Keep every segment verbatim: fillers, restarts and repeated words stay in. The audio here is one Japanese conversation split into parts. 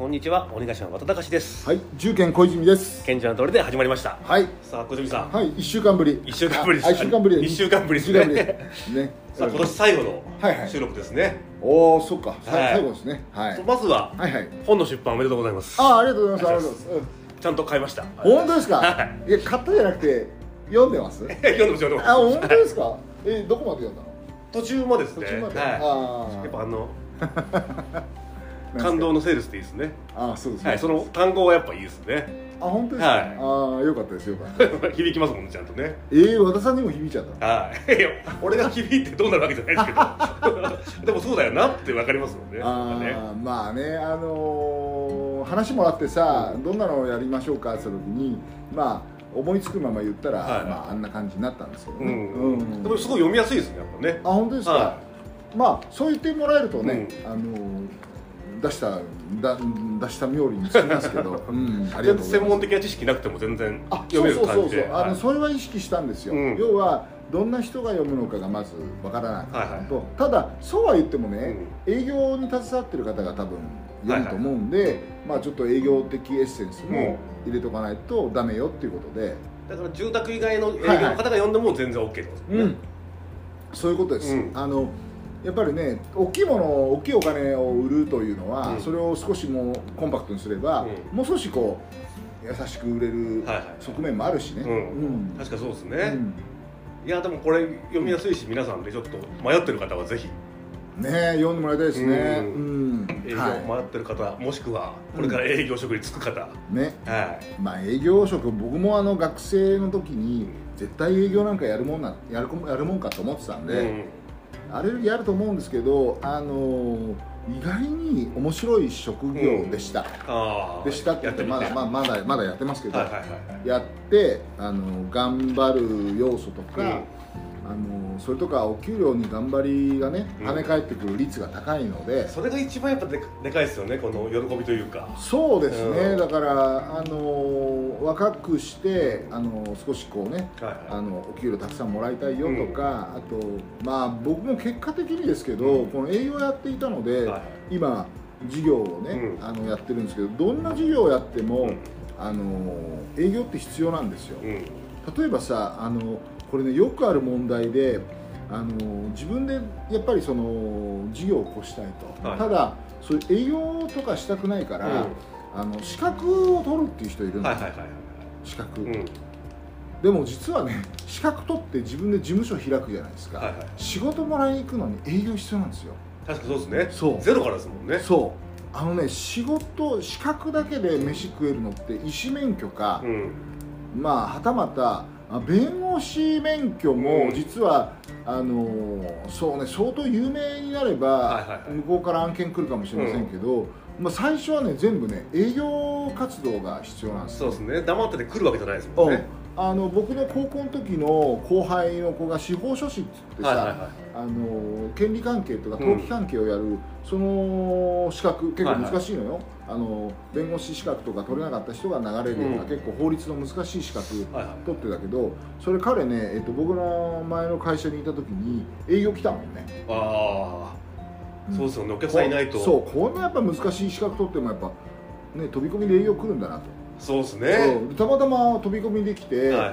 んにちは、鬼ヶ島渡隆です。 はい、重県小泉です。 賢者の通りで始まりました。 はい。 さあ小泉さん。 はい、一週間ぶり。 一週間ぶりです。 あ、一週間ぶり。 一週間ぶりですね。 ね。 さあ今年最後の収録ですね。はいはい、 おお、そっか。最後ですね。はい。 まずは、はいはい、本の出版おめでとうございます。 ああ、ありがとうございます。ありがとうございます。 ちゃんと買いました。 本当ですか。はい。いや、買ったじゃなくて読んでます。 読んでます。読んでます。 あ、本当ですか。え、どこまで読んだの？ 途中までですね。 途中まで。 はい。やっぱあの。感動のセールスでいいですね。 ああ、そうですね。 はい、その単語はやっぱいいですね。 あ、本当ですか。はい、ああ、よかったですよ。 響きますもんね、ちゃんとね。 ええ、和田さんにも響いちゃった。 はい。俺が響いてどうなるわけじゃないですけど。でもそうだよなってわかりますもんね。 ああ、まあね、あの話もらってさ、どんなのをやりましょうかって言った時に、まあ。思いつくまま言ったら、まああんな感じになったんですけどね。 でもすごい読みやすいですね、やっぱね。 あ、本当ですか。まあそう言ってもらえるとね、あの出しただ出した冥利につきますけど、 専門的な知識なくても全然読める感じで、 あのそれは意識したんですよ。要はどんな人が読むのかがまずわからないと、ただそうは言ってもね、営業に携わってる方が多分読むと思うんで、まあちょっと営業的エッセンスも入れとかないとダメよっていうことで、 だから住宅以外の営業の方が読んでも全然 OK ですね。 そういうことです。あのやっぱりね、大きいもの、大きいお金を売るというのは、それを少しもうコンパクトにすれば、もう少しこう優しく売れる側面もあるしね。 確かそうですね。いやでもこれ読みやすいし、皆さんでちょっと迷ってる方はぜひね読んでもらいたいですね。 営業迷ってる方、もしくはこれから営業職に就く方ね。まあ営業職、僕もあの学生の時に絶対営業なんかやるもんなやるやるもんかと思ってたんで。アレルギーあると思うんですけど、あの意外に面白い職業でした。うん、でしたって言ってまだまだまだまだやってますけど、やってあの頑張る要素とか、うん、あのそれとかお給料に頑張りがね、うん、跳ね返ってくる率が高いので、それが一番やっぱででかいですよね、この喜びというか。 そうですね。うん、だからあの若くしてあの少しこうね、はいはい、あのお給料たくさんもらいたいよとか、うん、あとまあ僕も結果的にですけど、うん、この営業やっていたので、はい、今事業をね、うん、あのやってるんですけど、どんな事業をやっても、うん、あの営業って必要なんですよ。うん、例えばさ、あのこれねよくある問題で、あの自分でやっぱりその事業を起こしたいと、はい、ただそういう営業とかしたくないから、うん、あの資格を取るっていう人いるんですよ。資格、うん、でも実はね、資格取って自分で事務所開くじゃないですか、はいはい、仕事もらいに行くのに営業必要なんですよ。 確かそうですね。そうゼロからですもんね。 そうあのね、仕事資格だけで飯食えるのって医師免許か、うん、まあはたまた弁護士免許も実は、うん、あのそうね、相当有名になれば向こうから案件来るかもしれませんけど、うん、まあ最初はね全部ね営業活動が必要なんですよ。 そうですね。黙ってて来るわけじゃないですもんね。 あの僕の高校の時の後輩の子が司法書士って言ってさ、あの権利関係とか登記関係をやる、うん、その資格結構難しいのよ。はいはい、あの弁護士資格とか取れなかった人が流れるような、うん、結構法律の難しい資格取ってたけど、それ彼ね、えっと、僕の前の会社にいた時に営業来たもんね。ああ、そうですよね。お客さんいないと。 そう、こんなやっぱ難しい資格取ってもやっぱね、飛び込みで営業来るんだなと。 そうですね。 たまたま飛び込みできて、はいはい、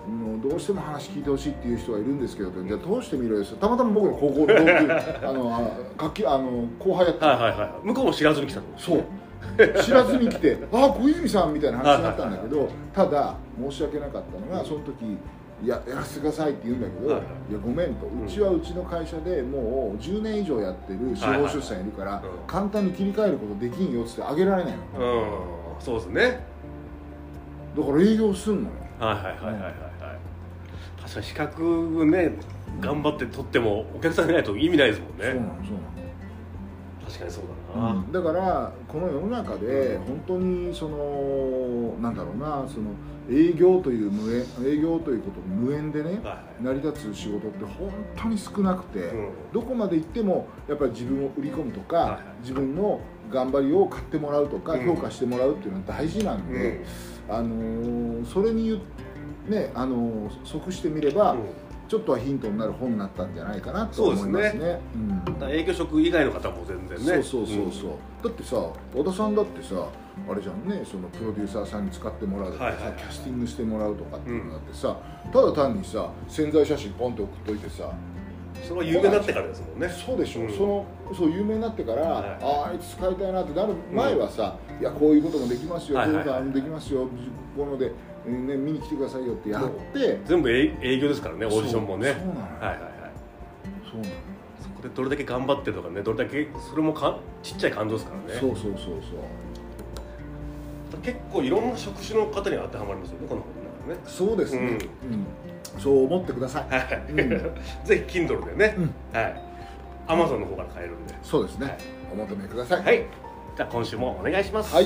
もうどうしても話聞いてほしいっていう人がいるんですけど、じゃあ通してみろよ。たまたま僕の高校の同級あの楽器あの後輩やった、 はいはいはい、向こうも知らずに来たの。 そう知らずに来てああ小泉さんみたいな話になったんだけど、ただ申し訳なかったのが、その時ややらせてくださいって言うんだけど、はいはい、いやごめんと、うちはうちの会社でもうじゅうねん以上やってる司法書士さんいるから、はいはい、簡単に切り替えることできんよっつってあげられないの。うん、 そうですね。 だから営業すんのよ。 はいはいはいはいはい、はい、確かに資格ね頑張って取ってもお客さんいないと意味ないですもんね。そうなのそうなの。確かにそうだな、うん、 だからこの世の中で本当にそのなんだろうな、その営業という無縁営業ということ無縁でね、はい、成り立つ仕事って本当に少なくて、うん、どこまで行ってもやっぱり自分を売り込むとか、はい、自分の頑張りを買ってもらうとか、うん、評価してもらうっていうのは大事なんで、うん、あのー、それにね、あのー、即してみれば、うん、 ちょっとはヒントになる本になったんじゃないかなと思いますね。そうですね、 うん、営業職以外の方も全然ね。 そうそうそうそう、うん、だってさ和田さんだってさあれじゃんね、そのプロデューサーさんに使ってもらうとかさ、はいはいはい、キャスティングしてもらうとかっていうのだってさ、うん、ただ単にさ宣材写真ポンって送っといてさ、 それは有名になってからですもんね。 そうでしょ、うん、そのそう有名になってから、はい、あああいつ使いたいなってなる前はさ、うん、いやこういうこともできますよ、こういうこともできますよ、こので、ね、見に来てくださいよってやって全部営業ですからね、オーディションもね。 そうなの、はいはいはい、そうなの。 そこでどれだけ頑張ってるとかね、どれだけそれもかちっちゃい感動ですからね。 そうそうそうそう、 結構いろんな職種の方に当てはまりますよね、この本ね。 そうですね、うんうん、そう思ってください、 はいうん、ぜひ Kindle でね、うん、はい、Amazon の方から買えるんで。 そうですね、はい、お求めください。 はい、じゃあ今週もお願いします。 はい。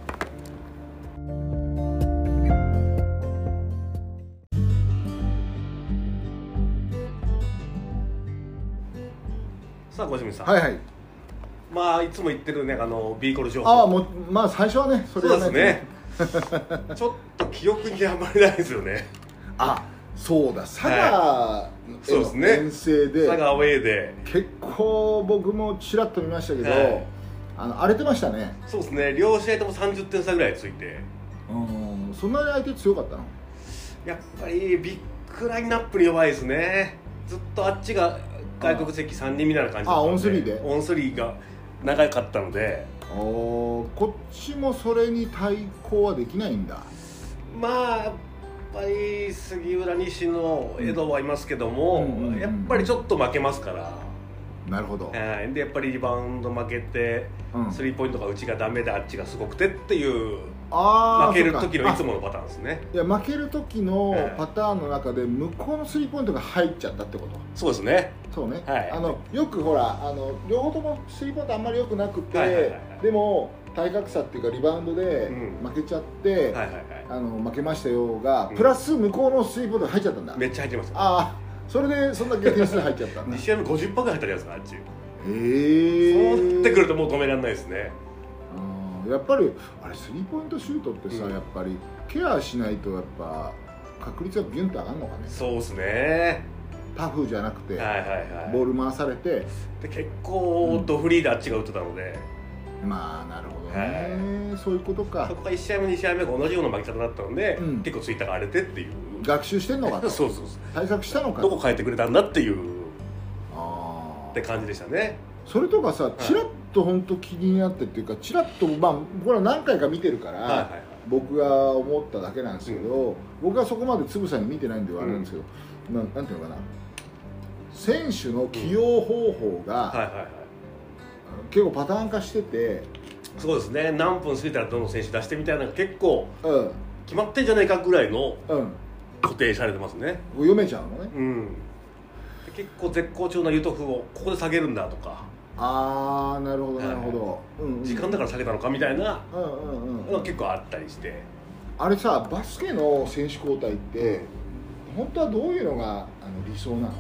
さあ小清水さん、 はいはい、 まあいつも言ってるね、あのビーコル情報。 ああ、もうまあ最初はね、それはね、 そうですねちょっと記憶にあまりないですよね。 あ、そうだ、佐賀の遠征で、 佐賀アウェーで結構僕もちらっと見ましたけど、はい、あの荒れてましたね。 そうですね、両試合ともさんじゅってん差ぐらいついて、 うん、そんなに相手強かったの？ やっぱりビッグラインナップに弱いですね。ずっとあっちが外国籍さんにんみたいな感じだったので、 あ、オンスリーでオンスリーが長かったので、 おこっちもそれに対抗はできないんだ。 まあやっぱり杉浦西野江戸はいますけども、うんうんうん、やっぱりちょっと負けますから。 なるほど。 はい、でやっぱりリバウンド負けて、うん、スリーポイントがうちがダメであっちがすごくてっていう、あ負ける時のいつものパターンですね。 いや、負ける時のパターンの中で向こうのスリーポイントが入っちゃったってこと？ そうですね。 そうね、 はい、 あのよくほらあの両方ともスリーポイントあんまり良くなくて、はいはいはいはい、でも体格差っていうかリバウンドで負けちゃって、うんはいはいはい、あの負けましたよが、うん、プラス向こうのスリーポイントが入っちゃったんだ。 めっちゃ入ってます。 ああ、それでそんだけ点数入っちゃったんだ。 に試合目 ごじゅっパーセント ぐらい入ったじゃないですか、あっち。 へえ。 そうなってくるともう止められないですね。 やっぱりあれスリーポイントシュートってさ、うん、やっぱりケアしないとやっぱ確率がビュンと上がるのかね。 そうですね。 タフじゃなくて、 はいはいはい、 ボール回されてで結構ドフリーであっちが打ってたので、 うん、まあなるほどね、はい、そういうことか。 そこがいち試合目に試合目が同じような負け方だったので、うん、結構ツイッターが荒れてっていう、 学習してんのかとそうそうそう、 対策したのか、 どこ変えてくれたんだっていうあって感じでしたね。 それとかさ、ちらっと本当気になってっていうか、ちらっとまあこれは何回か見てるから、はいはいはい、僕が思っただけなんですけど、うん、僕はそこまでつぶさに見てないんではあれなんですけど、うん、な, なんていうのかな、選手の起用方法が結構パターン化してて、 そうですね、何分過ぎたらどの選手出してみたいなのが結構決まってんじゃないかぐらいの固定されてますね、 うん、読めちゃうのね、 うん、結構絶好調なユトフをここで下げるんだとか、 ああなるほどなるほど、はいうんうん、時間だから下げたのかみたいなのが結構あったりして、 あれさ、バスケの選手交代って本当はどういうのがあの理想なの？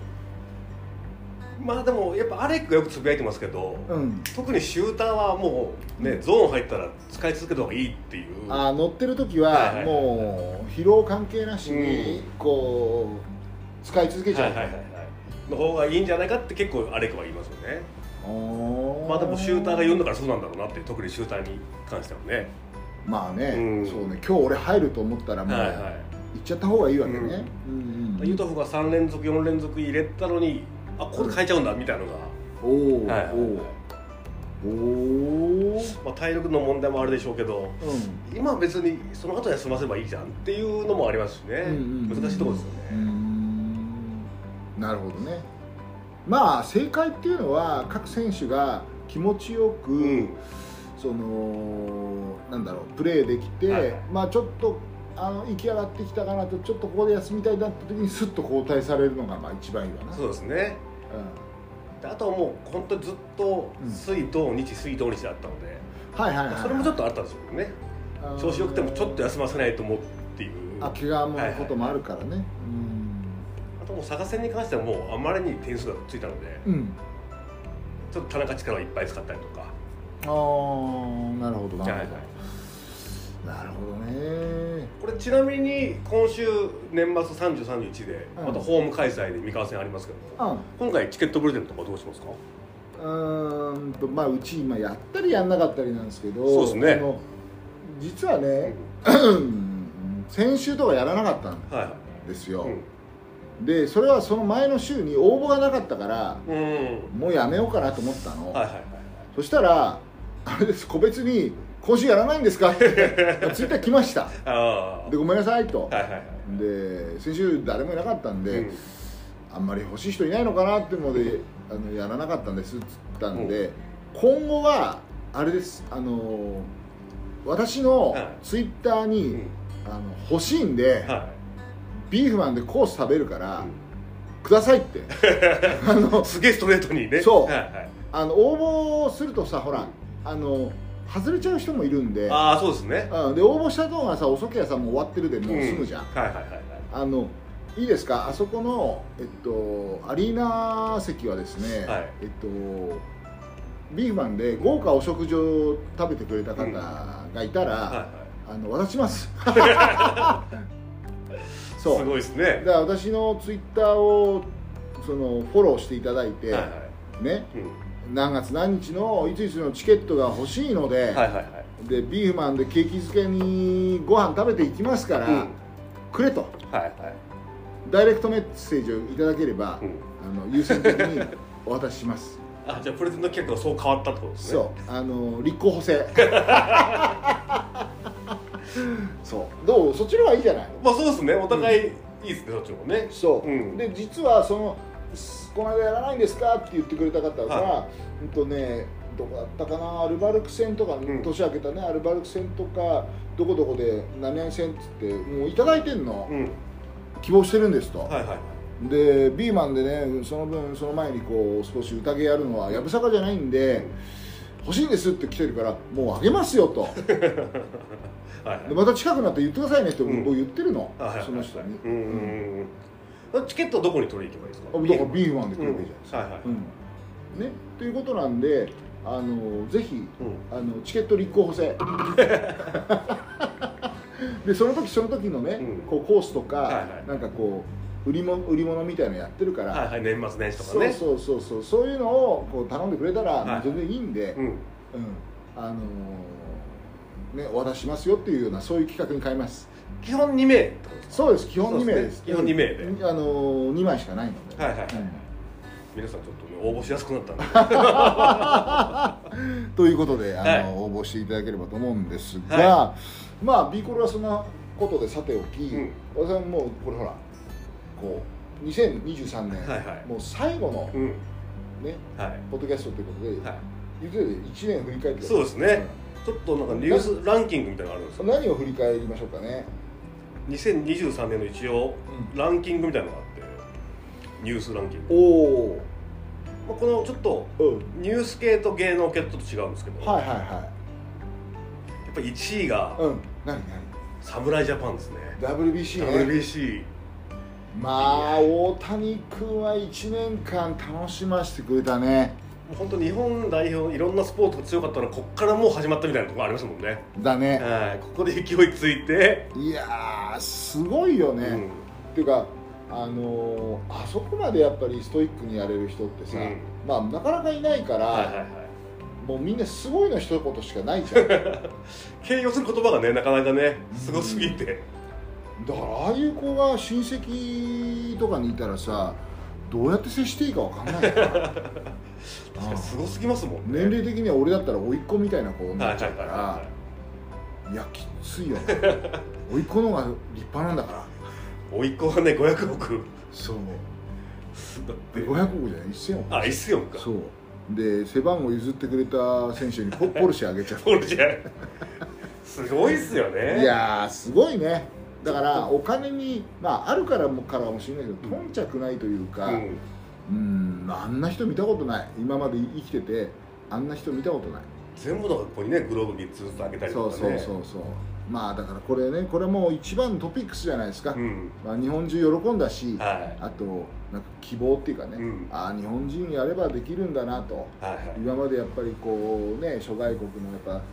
まあでもやっぱアレックがよくつぶやいてますけど、うん、特にシューターはもうね、ゾーン入ったら使い続けた方がいいっていう、 あ乗ってる時はもう疲労関係なしにこう使い続けちゃう、はいはいはいはい、 の方がいいんじゃないかって結構アレックは言いますよね。まあでもシューターが言うんだからそうなんだろうなって、特にシューターに関してはね。まあね、 うん、そうね、今日俺入ると思ったらもう、はいはい、行っちゃった方がいいわけね、うんうんうん、ユトフがさん連続よん連続入れたのに、あ、ここで変えちゃうんだみたいなのが、 おお、はいはいはい、 おお、まあ、体力の問題もあるでしょうけど、うん、今は別にその後休ませばいいじゃんっていうのもありますしね、うんうんうん、難しいところですよね。うーん、なるほどね。まあ正解っていうのは各選手が気持ちよく、うん、そのなんだろうプレーできて、はいはい、まあちょっとあの行き上がってきたかなと、ちょっとここで休みたいなって時にスッと交代されるのがまあ一番いいわな。 そうですね、うん、であとはもう本当にずっと水土日水土日だったので、 はいはいはい、 それもちょっとあったんですよね。調子よくてもちょっと休ませないと思うっていう、 あ怪我のこともあるからね、はいはいはい、うん、 あともう佐賀戦に関してはもうあまりに点数がついたので、うん、ちょっと田中力をいっぱい使ったりとか。 ああなるほどなるほど、はいはい、 なるほどね。 これちなみに今週年末さんじゅう、さんじゅういちでまたホーム開催で三河戦ありますけども、うん、今回チケットプレゼントとかどうしますか？ うーんとまあうち今やったりやんなかったりなんですけど、 そうですね、 あの実はね、うん、先週とかやらなかったんですよ、はいはい、うん、でそれはその前の週に応募がなかったから、うん、もうやめようかなと思ったの、はいはいはい、そしたらあれです、個別に今週やらないんですかってツイッター来ましたでごめんなさいと、はいはいはい、で先週誰もいなかったんで、うん、あんまり欲しい人いないのかなっていうのであのやらなかったんですっつったんで、うん、今後はあれです、あの私のツイッターに、うん、あの欲しいんで、はい、ビーフマンでコース食べるから、うん、くださいってあのすげえストレートにね、 そう、はいはい、あの応募するとさ、ほら、あの外れちゃう人もいるんで、 ああそうですね、 うん、で応募した動画さ、遅けやさもう終わってるでもうすぐじゃん、うん、はいはいはい、あのいいですか、あそこの、えっと、アリーナ席はですね、はい、えっとビーフマンで豪華お食事を食べてくれた方がいたら、うん、はいはい、あの渡しますそうすごいですね。 だから私のツイッターをそのフォローしていただいて、はいはい、ね、うん、何月何日のいついつのチケットが欲しいので、はいはいはい、でビーフマンで景気づけにご飯食べていきますから、うん、くれと、はいはい、ダイレクトメッセージをいただければ、うん、あの優先的にお渡ししますあ、じゃあプレゼント企画がそう変わったってことですね。 そう、あの立候補制そうどう、そっちの方がいいじゃない。 まあそうですね、お互いいいですね、うん、そっちもね。 そう、うん、で実はそのこの間やらないんですかって言ってくれた方が、はい、うんとね、どこだったかな、アルバルク戦とか、うん、年明けたねアルバルク戦とかどこどこで何々戦っつってもういただいてんの、うん、希望してるんですと、はいはい、でビーマンでね、その分その前にこう少し宴やるのはやぶさかじゃないんで、うん、欲しいんですって来てるからもうあげますよとはい、はい、でまた近くなって言ってくださいねって僕言ってるの、うん、その人に、うん、 うん、チケットはどこに取りに行けばいいですか？ だからビーマンで来ればいいじゃないですか、うん、はいはい、ね、ということなんで、あのぜひ、うん、あのチケット立候補制でその時その時のね、うん、こうコースとか、はいはい、なんかこう売り物売り物みたいなのやってるから、 はいはい、年末年始とかね、 そうそうそうそう、そういうのをこう頼んでくれたら、はい、全然いいんで、うん、うん、あのー、ね、お渡ししますよっていうようなそういう企画に変えます。 基本にめいってことですか？ そうです、基本にめいです。 基本にめいで、 あのー、にまいしかないので、はいはいはい、うん、 皆さんちょっと、ね、応募しやすくなったんでということで、あの、はい、応募していただければと思うんですが、はい、まあ B コルはそんなことでさておき、うん、私はもうこれほらこうにせんにじゅうさんねん、はいはい、もう最後の、うん、ね、はい、ポッドキャストということで、はい、言ってたでいちねん振り返って、 そうですね、うん、ちょっとなんかニュースランキングみたいなのあるんですか？ 何を振り返りましょうかね。 にせんにじゅうさんねんの一応ランキングみたいなのがあって、ニュースランキング、 おお、 まあ、このちょっとニュース系と芸能系と違うんですけど、はいはいはい、やっぱりいちいが、うん、何何侍ジャパンですね。 ダブリュービーシー ね。 ダブリュービーシー、 まあ大谷君はいちねんかん楽しませてくれたね。 もう本当日本代表いろんなスポーツが強かったのはこっからもう始まったみたいなところありますもんね。 だね、 はい、ここで勢いついて、 いやーすごいよね、うん、っていうかあのー、あそこまでやっぱりストイックにやれる人ってさ、うん、まあなかなかいないから、はいはいはい、もうみんなすごいの一言しかないじゃん形容する言葉がねなかなかねすごすぎて、 うん、だからああいう子が親戚とかにいたらさどうやって接していいか分かんないから確かにすごすぎますもんね。 年齢的には俺だったら甥っ子みたいな子になっちゃうから、はいはいはいはい、いやきついよね甥っ子の方が立派なんだから。 甥っ子はねごひゃくおく、 そうだってごひゃくおくじゃないせんおく、 あせんおくか。 そうで背番号譲ってくれた選手に ポ, ポルシェあげちゃうポルシェすごいっすよね。 いやーすごいね。だからお金に、まあ、あるからもからかもしれないけど、頓着ないというか、うん、うん、あんな人見たことない。今まで生きててあんな人見たことない。 全部のここにねグローブみっつずつあげたりとかね。 そうそうそうそう。まあだからこれね、これもう一番のトピックスじゃないですか、うん、まあ、日本中喜んだし、はい、あとなんか希望っていうかね、うん、ああ日本人やればできるんだなと、はいはい、今までやっぱりこうね諸外国のやっぱ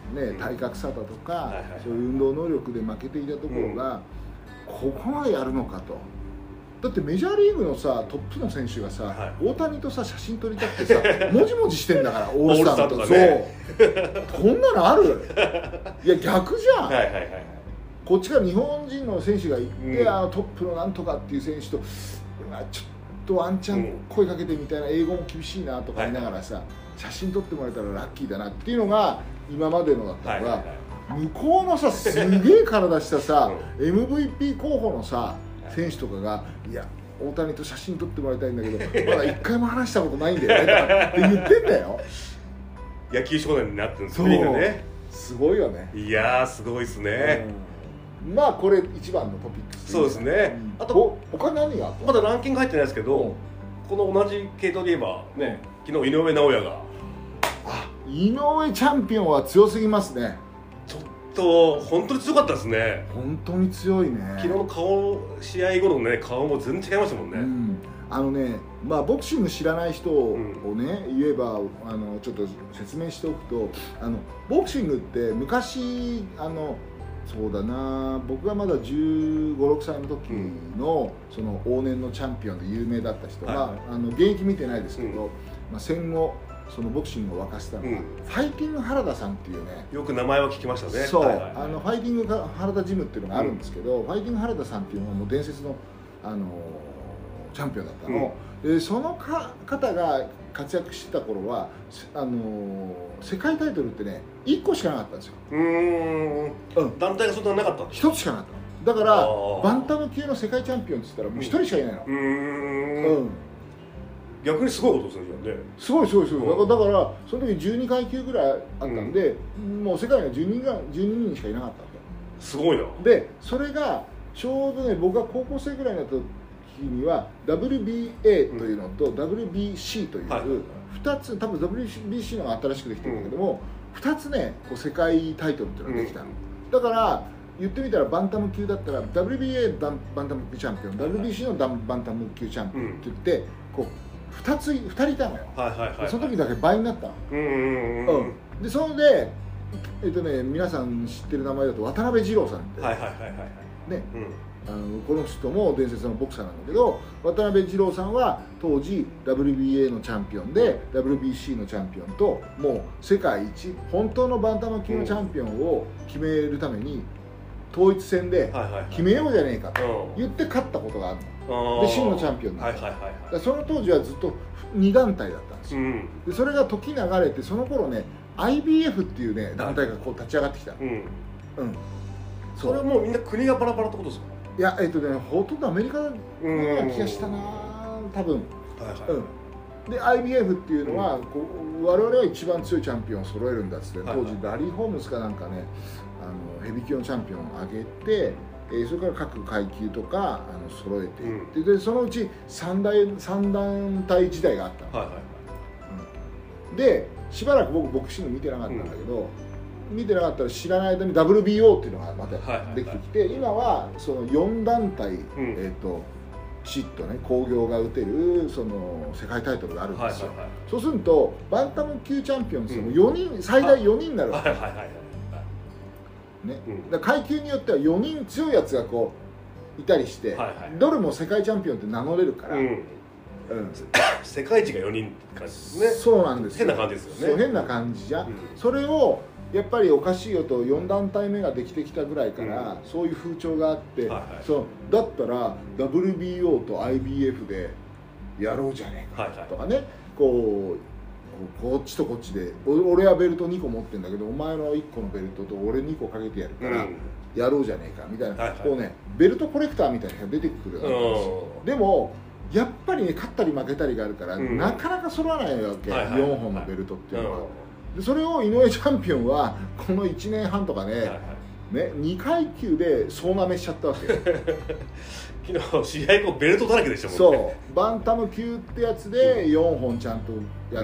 ね、体格差だとか、そういう運動能力で負けていたところが、ここまでやるのかと。だってメジャーリーグのさトップの選手がさ、はい、大谷とさ写真撮りたくてさもじもじしてんだからオールスターとかね、そうこんなのあるいや逆じゃん、はいはいはい、こっちから日本人の選手が行って、うん、あのトップのなんとかっていう選手とちょっとワンチャン声かけてみたいな、英語も厳しいなとか言いながらさ、はい、写真撮ってもらえたらラッキーだなっていうのが今までのだったのが、はいはいはい、向こうのさすげえ体したさ、うん、エムブイピー 候補のさ選手とかがいや大谷と写真撮ってもらいたいんだけどまだ一回も話したことないんだよねって言ってんだよ。 野球少年になってるんですね。 すごいよね。 いやーすごいですね、 うん、まあこれ一番のトピックス、 そうですね、うん、あと他何があった？ まだランキング入ってないですけど、うん、この同じ系統で言えばね、昨日井上尚弥があ井上チャンピオンは強すぎますね。 ちょっと本当に強かったですね。 本当に強いね。 昨日の顔試合後のね顔も全然違いましたもんね、うん、 あのねまあボクシング知らない人をね、うん、言えばあのちょっと説明しておくと、あのボクシングって昔あのそうだな僕がまだじゅうご、ろくさいの時の、うん、その往年のチャンピオンで有名だった人は、はい、あの現役見てないですけど、うんまあ、戦後そのボクシングを沸かせたのが、うん、ファイティング原田さんっていうね、 よく名前は聞きましたね。 そう、はいはいはい、あのファイティング原田ジムっていうのがあるんですけど、うん、ファイティング原田さんっていうのはもう伝説の、あのー、チャンピオンだったの、うん、でそのか方が活躍してた頃はあのー、世界タイトルってねいっこしかなかったんですよ。 うーん、うん、団体がそんななかったんですか？ ひとつしかなかっただからバンタム級の世界チャンピオンって言ったらもうひとりしかいないの。うーん、うん逆にすごいことですね。 すごいすごいすごい、うん、だからその時じゅうにかいきゅうぐらいあったんで、うん、もう世界にはじゅうににんしかいなかったわけ。すごいな。 でそれがちょうどね僕が高校生ぐらいになった時には ダブリュービーエー というのと、うん、ダブリュービーシー という、はい、ふたつ多分 ダブリュービーシー のが新しくできてるんだけども、うん、ふたつねこう世界タイトルっていうのができたの、うん、だから言ってみたらバンタム級だったら ダブリュービーエー バンタム級チャンピオン、はい、ダブリュービーシー のバンタム級チャンピオンって言って、うん、こうふたつふたりいたのよ、はいはいはいはい、その時だけ倍になったの、うんうんうんうん、でそれで、えっとね、皆さん知ってる名前だと渡辺二郎さんって、はいはいはいはいね、うん、あのこの人も伝説のボクサーなんだけど渡辺二郎さんは当時 ダブリュービーエー のチャンピオンで、うん、ダブリュービーシー のチャンピオンともう世界一本当のバンタム級のチャンピオンを決めるために統一戦で決めようじゃねえかと言って勝ったことがあるの。で真のチャンピオンになった、はいはいはいはい、その当時はずっとに団体だったんですよ、うん、でそれが時流れてその頃ね アイビーエフ っていうね団体がこう立ち上がってきた、うんうん、 それはもうみんな国がバラバラってことですか？ いやえっとねほとんどアメリカのような気がしたな多分、はいはいうん、で アイビーエフ っていうのは、うん、こう我々は一番強いチャンピオンを揃えるんだっつって、はいはい、当時ラリー・ホームズかなんかねあのヘビー級のチャンピオンを上げてえー、それから各階級とかあの揃えていって、うん、でそのうち 3, 大3団体時代があったの、はいはいはいうん、でしばらく僕ボクシング見てなかったんだけど、うん、見てなかったら知らない間に ダブリュービーオー っていうのがまたできてきて、はいはいはい、今はそのよん団体、うんえー、ときちっとね興行が打てるその世界タイトルがあるんですよ、はいはいはい、そうするとバンタム級チャンピオンってよにん、うん、最大よにんになるわけです、はいはいはいねうん、だ階級によってはよにん強いやつがこういたりして、はいはい、どれも世界チャンピオンって名乗れるから、うんうん、 世界一がよにんって感じですね。 そうなんですよ。 変な感じですよね。 そう変な感じじゃ、うん、それをやっぱりおかしいよとよん団体目ができてきたぐらいから、うん、そういう風潮があって、はいはい、そうだったら ダブリュービーオー と アイビーエフ でやろうじゃねえかとかね、はいはい、こうこっちとこっちで俺はベルトにこ持ってるんだけどお前のいっこのベルトと俺にこかけてやるからやろうじゃねえかみたいな、うんはいはい、こうねベルトコレクターみたいなのが出てくるわけですよ。でもやっぱりね勝ったり負けたりがあるから、うん、なかなか揃わないわけ、はいはい、よんほんのベルトっていうのは、はいはい、でそれを井上チャンピオンはこのいちねんはんとかね、はいはいね、にかい級で総なめしちゃったわけ昨日試合後ベルトだらけでしたもんね。 そうバンタム級ってやつでよんほんちゃんとやって、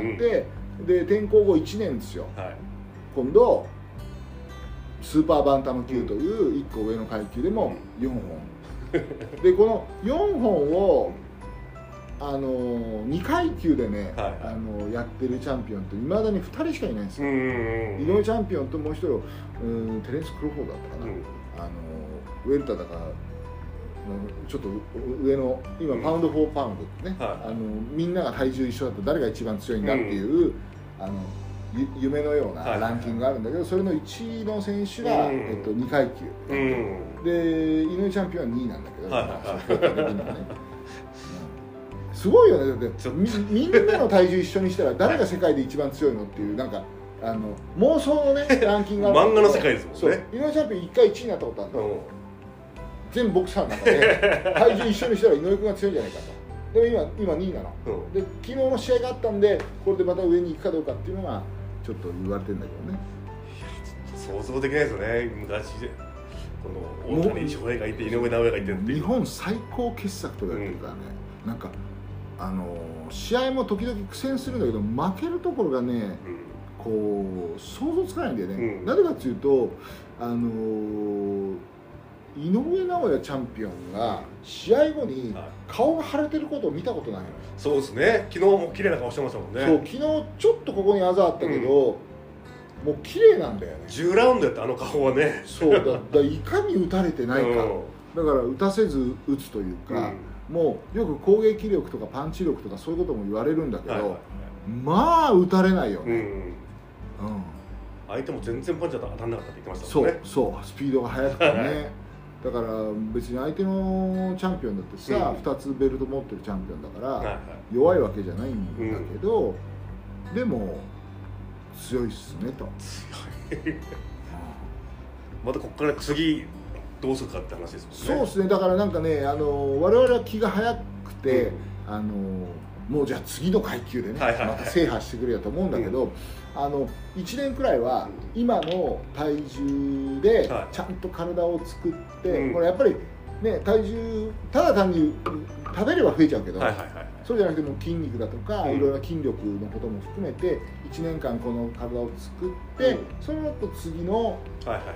うん、で転向後いちねんですよ、はい、今度スーパーバンタム級といういっこ上の階級でもよんほん、うん、でこのよんほんをあのにかい級でね、 はいはい、 あのやってるチャンピオンっていまだにふたりしかいないんですよ。 うんうんうん、 井上チャンピオンともう一人、うん、テレンス・クロフォードだったかな、うん、あのウェルターだからちょっと上の今パウンド・フォー・パウンドってね、はい、あのみんなが体重一緒だと誰が一番強いんだっていう、うん、あの夢のようなランキングがあるんだけど、それのいちいの選手が、うん、えっと、にかい級、うん、で井上チャンピオンはにいなんだけど、はいはい、すごいよね。だってみ, みんなの体重一緒にしたら誰が世界で一番強いのっていうなんかあの妄想のねランキングがある漫画の世界ですもんね。そう井上チャンピオンいっかいいちいになったことあるんだよ、うん、全ボクサーの中で体重一緒にしたら井上君が強いんじゃないかと。でも 今, 今にいなの、うん、で昨日の試合があったんでこれでまた上に行くかどうかっていうのがちょっと言われてるんだけどね。 いや想像できないですよね。昔でこの大谷翔平がいて井上尚弥がいてっていう日本最高傑作とかやってるからね、うん、なんかあの試合も時々苦戦するんだけど負けるところがね、うん、こう想像つかないんだよね、うん、なぜかっていうとあの井上尚弥チャンピオンが試合後に顔が腫れてることを見たことないの。 そうですね。昨日も綺麗な顔してましたもんね。 そう昨日ちょっとここにあざあったけど、うん、もう綺麗なんだよね。 じゅうラウンドやったあの顔はね。 そうだ、だいかに打たれてないか、うん、だから打たせず打つというか、うん、もうよく攻撃力とかパンチ力とかそういうことも言われるんだけど、はいはいはい、まあ打たれないよね、うんうん、 相手も全然パンチ当たんなかったって言ってましたもんね。 そうそうスピードが速くてねだから別に相手のチャンピオンだってさ、うん、ふたつベルト持ってるチャンピオンだから、はいはい、弱いわけじゃないんだけど、うん、でも強いっすねと。強いまたここから次どうするかって話ですもんね。 そうですね。だからなんかねあの我々は気が早くて、うん、あのもうじゃあ次の階級でね、はいはいはい、また制覇してくれよと思うんだけど、うん、あのいちねんくらいは今の体重でちゃんと体を作って、はい、これやっぱりね体重ただ単に食べれば増えちゃうけど、はいはいはい、そうじゃなくても筋肉だとか、うん、いろいろな筋力のことも含めていちねんかんこの体を作って、うん、その後次の、はいはいはい、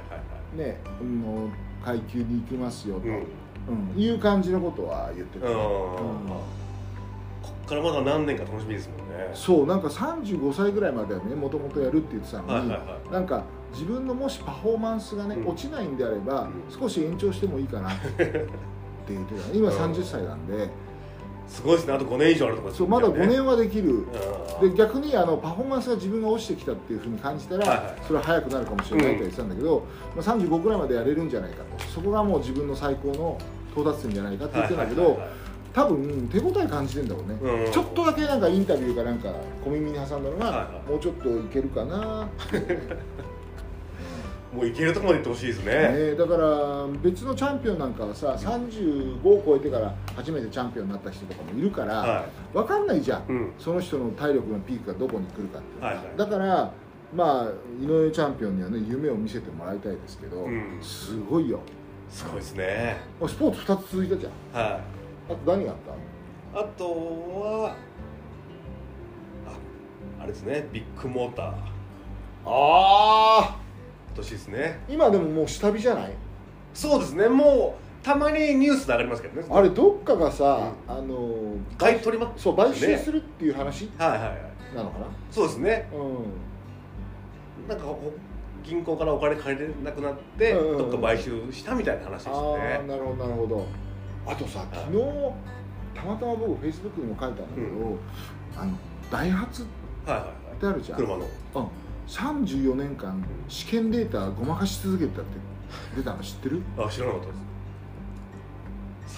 ね、の階級に行きますよと、うんうん、いう感じのことは言ってた、ね。うんこっからまだ何年か楽しみですもんね。 そうなんかさんじゅうごさいぐらいまではねもともとやるって言ってたのに、はいはいはい、なんか自分のもしパフォーマンスがね、うん、落ちないんであれば、うん、少し延長してもいいかなって言ってた今さんじゅっさいなんで、 すごいですね。あとごねん以上あるとか、ね、 そうまだごねんはできる。で逆にあのパフォーマンスが自分が落ちてきたっていうふうに感じたら、はいはい、それは早くなるかもしれないって言ってたんだけど、うんまあ、さんじゅうごくらいまでやれるんじゃないかと、そこがもう自分の最高の到達点じゃないかって言ってたんだけど、はいはいはいはい、多分手応え感じてんだろうね、うん、ちょっとだけなんかインタビューかなんか小耳に挟んだのが、はいはい、もうちょっといけるかなってもういけるところまでいってほしいです ね, ねだから別のチャンピオンなんかはささんじゅうごを超えてから初めてチャンピオンになった人とかもいるから、はい、分かんないじゃん、うん、その人の体力のピークがどこに来るかっていうのは、はいはい、だからまあ井上チャンピオンにはね夢を見せてもらいたいですけど、うん、すごいよ。 すごいですね。 スポーツふたつ続いたじゃん。はい。あと何があった？ あとはあ、あれですね、ビッグモーター。ああ。今年ですね。 今でももう下火じゃない？ そうですね。もうたまにニュースで上がりますけどね。 あれどっかがさ、うん、あの買い取りま、 そう買収するっていう話？ はいはいはい。 なのかな？ そうですね。うん。なんか銀行からお金借りれなくなって、うんうんうん、どっか買収したみたいな話ですね。 ああ、なるほどなるほど。あとさ、昨日たまたま僕フェイスブックにも書いたんだけど、うん、あのダイハツってあるじゃん、 はいはいはい、車の、 うん、さんじゅうよねんかん試験データごまかし続けたって出たの知ってる？ あ、知らなかったです。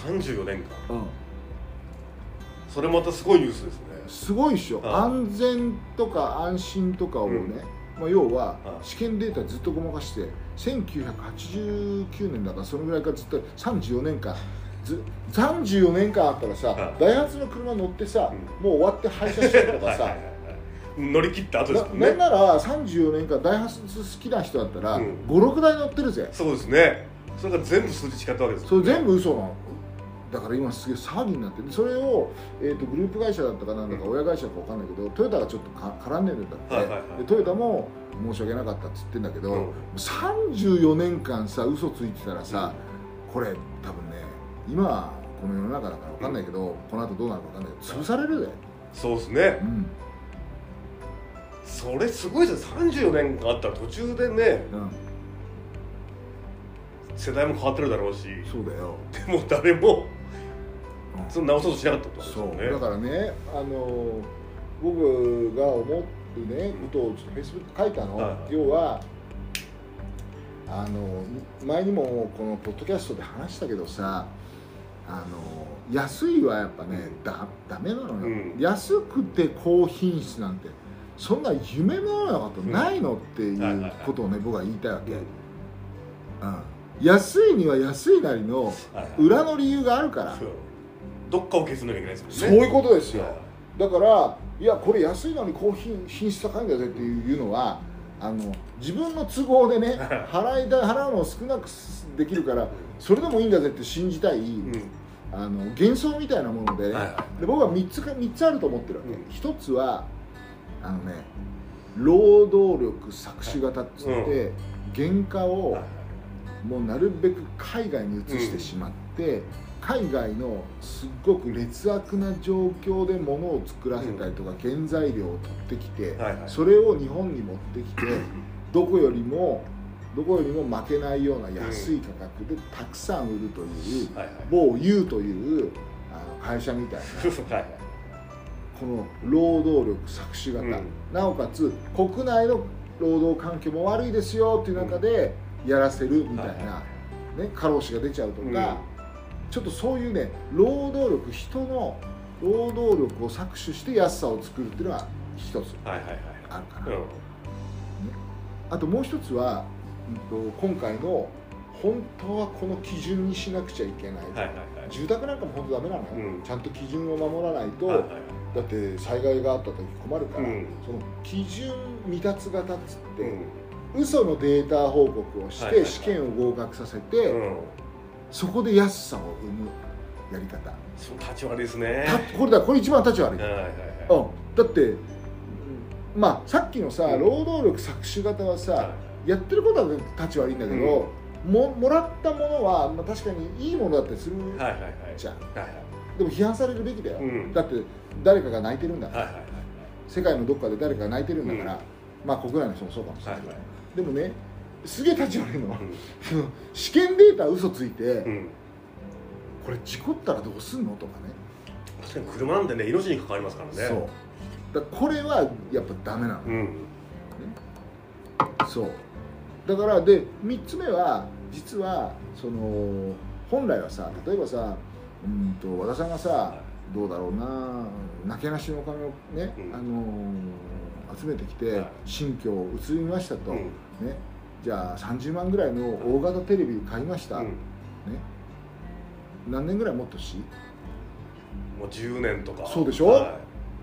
さんじゅうよねんかん、うん、それまたすごいニュースですね。 すごいっしょ。安全とか安心とかをね、うんまあ、要は試験データずっとごまかしてせんきゅうひゃくはちじゅうきゅうねんだからそのぐらいからずっとさんじゅうよねんかんずさんじゅうよねんかんあったらさ、はい、ダイハツの車乗ってさ、うん、もう終わって廃車してるとかさ乗り切った後ですもんね。なんならさんじゅうよねんかんダイハツ好きな人だったら、うん、ごろくだい乗ってるぜ。 そうですね。それが全部数字違ったわけですよね。それ全部嘘なの。だから今すげえ騒ぎになってそれを、えー、とグループ会社だったかなんだか親会社か分かんないけど、うん、トヨタがちょっとか絡んでるんだって、はいはいはい、でトヨタも申し訳なかったっつってんだけど、うん、さんじゅうよねんかんさ嘘ついてたらさ、うん、これ多分ね今この世の中だから分かんないけど、うん、この後どうなるか分かんないけど潰されるで。 そうですね、 うん、 それすごいですよ。さんじゅうよねんあったら途中でね、うん、世代も変わってるだろうし。 そうだよ。 でも誰も、うん、その直そうとしなかったってことですよね。 そうだからね、あの僕が思うねことをちょっとフェイスブック書いたの、はいはい、要はあの前にもこのポッドキャストで話したけどさ、あの安いはやっぱね、うん、だダメなのよ、うん、安くて高品質なんてそんな夢のようなことないの、うん、っていうことをね僕は言いたいわけ、うんうん、安いには安いなりの裏の理由があるから、はいはい、 どっかを削らなきゃいけないですもんね。 そういうことですよ、はいはい、だからいやこれ安いのに高品質高いんだぜっていうのはあの自分の都合でね払いだ払うのを少なくできるからそれでもいいんだぜって信じたい、うん、あの幻想みたいなものでね、はいはい、で僕はみっつかみっつあると思ってるわけ、うん、ひとつはあのね労働力搾取型っつって、うん、原価をもうなるべく海外に移してしまって、うん海外のすっごく劣悪な状況で物を作らせたりとか、うん、原材料を取ってきて、はいはい、それを日本に持ってきてどこよりもどこよりも負けないような安い価格でたくさん売るという、うん、某 ユー というあの会社みたいなはい、この労働力搾取型、うん、なおかつ国内の労働環境も悪いですよっていう中でやらせるみたいな、ね、過労死が出ちゃうとか、うんちょっとそういうね労働力人の労働力を搾取して安さを作るっていうのは一つあるかな、はいはいはいうんね、あともう一つは、うんと、今回の本当はこの基準にしなくちゃいけない、はいはいはい、住宅なんかも本当ダメなのよ、うん、ちゃんと基準を守らないと、はいはいはい、だって災害があった時困るから、うん、その基準未達型っつって、うん、嘘のデータ報告をして、はいはいはい、試験を合格させて、うんそこで安さを生むやり方。 そう立ち悪いですね。 これだこれ一番立ち悪い。はいはいはい、うん、だってまあさっきのさ、うん、労働力搾取型はさ、はい、やってることは立ち悪いんだけど、うん、も, もらったものは、まあ、確かにいいものだったりするじゃん、はいはいはいはい、でも批判されるべきだよ、うん、だって誰かが泣いてるんだから、はいはいはい、世界のどっかで誰かが泣いてるんだから、うん、まあ国内の人もそうかもしれないけど、はいはい、でもねすげえ立ち悪いのは、うん、試験データ嘘ついて、うん、これ事故ったらどうすんのとかね確かに車なんてね命に関わりますからねそうだこれはやっぱダメなの、うんね、そうだからでみっつめは実はその本来はさ例えばさうんと和田さんがさ、はい、どうだろうななけなしのお金をね、うん、あのー、集めてきて、はい、新居を移りましたと、うん、ねじゃあさんじゅうまんぐらいの大型テレビ買いました、うん、ね、何年ぐらい持ってほしい？ もうじゅうねんとかそうでしょ、はい、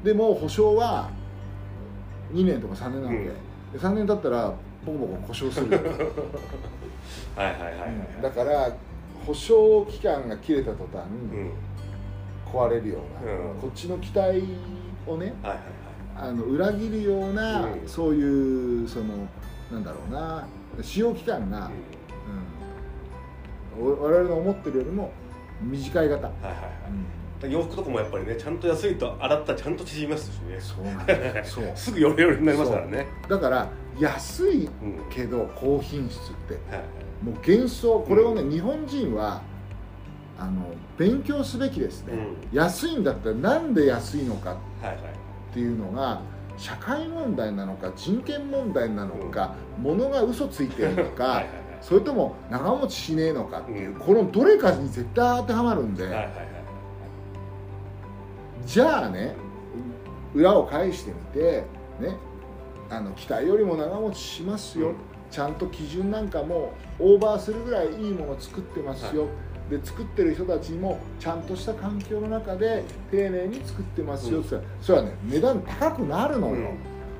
でも保証はにねんとかさんねんなわけ、うん、でさんねん経ったらボコボコ故障するはいはいはいはい、 うん、だから保証期間が切れた途端、うん、壊れるような、うん、こっちの期待をね、はいはいはい、あの裏切るような、うん、そういうそのなんだろうな使用期間が、うんうん、我々の思ってるよりも短い型、はいはいはいうん、洋服とかもやっぱりねちゃんと安いと洗ったらちゃんと縮みますしねそうなんです。そうすぐヨレヨレになりますからねだから安いけど高品質って、うんはいはい、もう幻想これをね、うん、日本人はあの勉強すべきですね、うん、安いんだったらなんで安いのかっていうのが社会問題なのか人権問題なのか、うん、物が嘘ついてるのかはいはい、はい、それとも長持ちしねえのかっていう、うん、このどれかに絶対当てはまるんで、はいはいはい、じゃあね裏を返してみてねあの期待よりも長持ちしますよ、うん、ちゃんと基準なんかもオーバーするぐらいいいもの作ってますよ、はい、で作ってる人たちもちゃんとした環境の中で丁寧に作ってますよって、うん、それはね値段高くなるのよ、うん、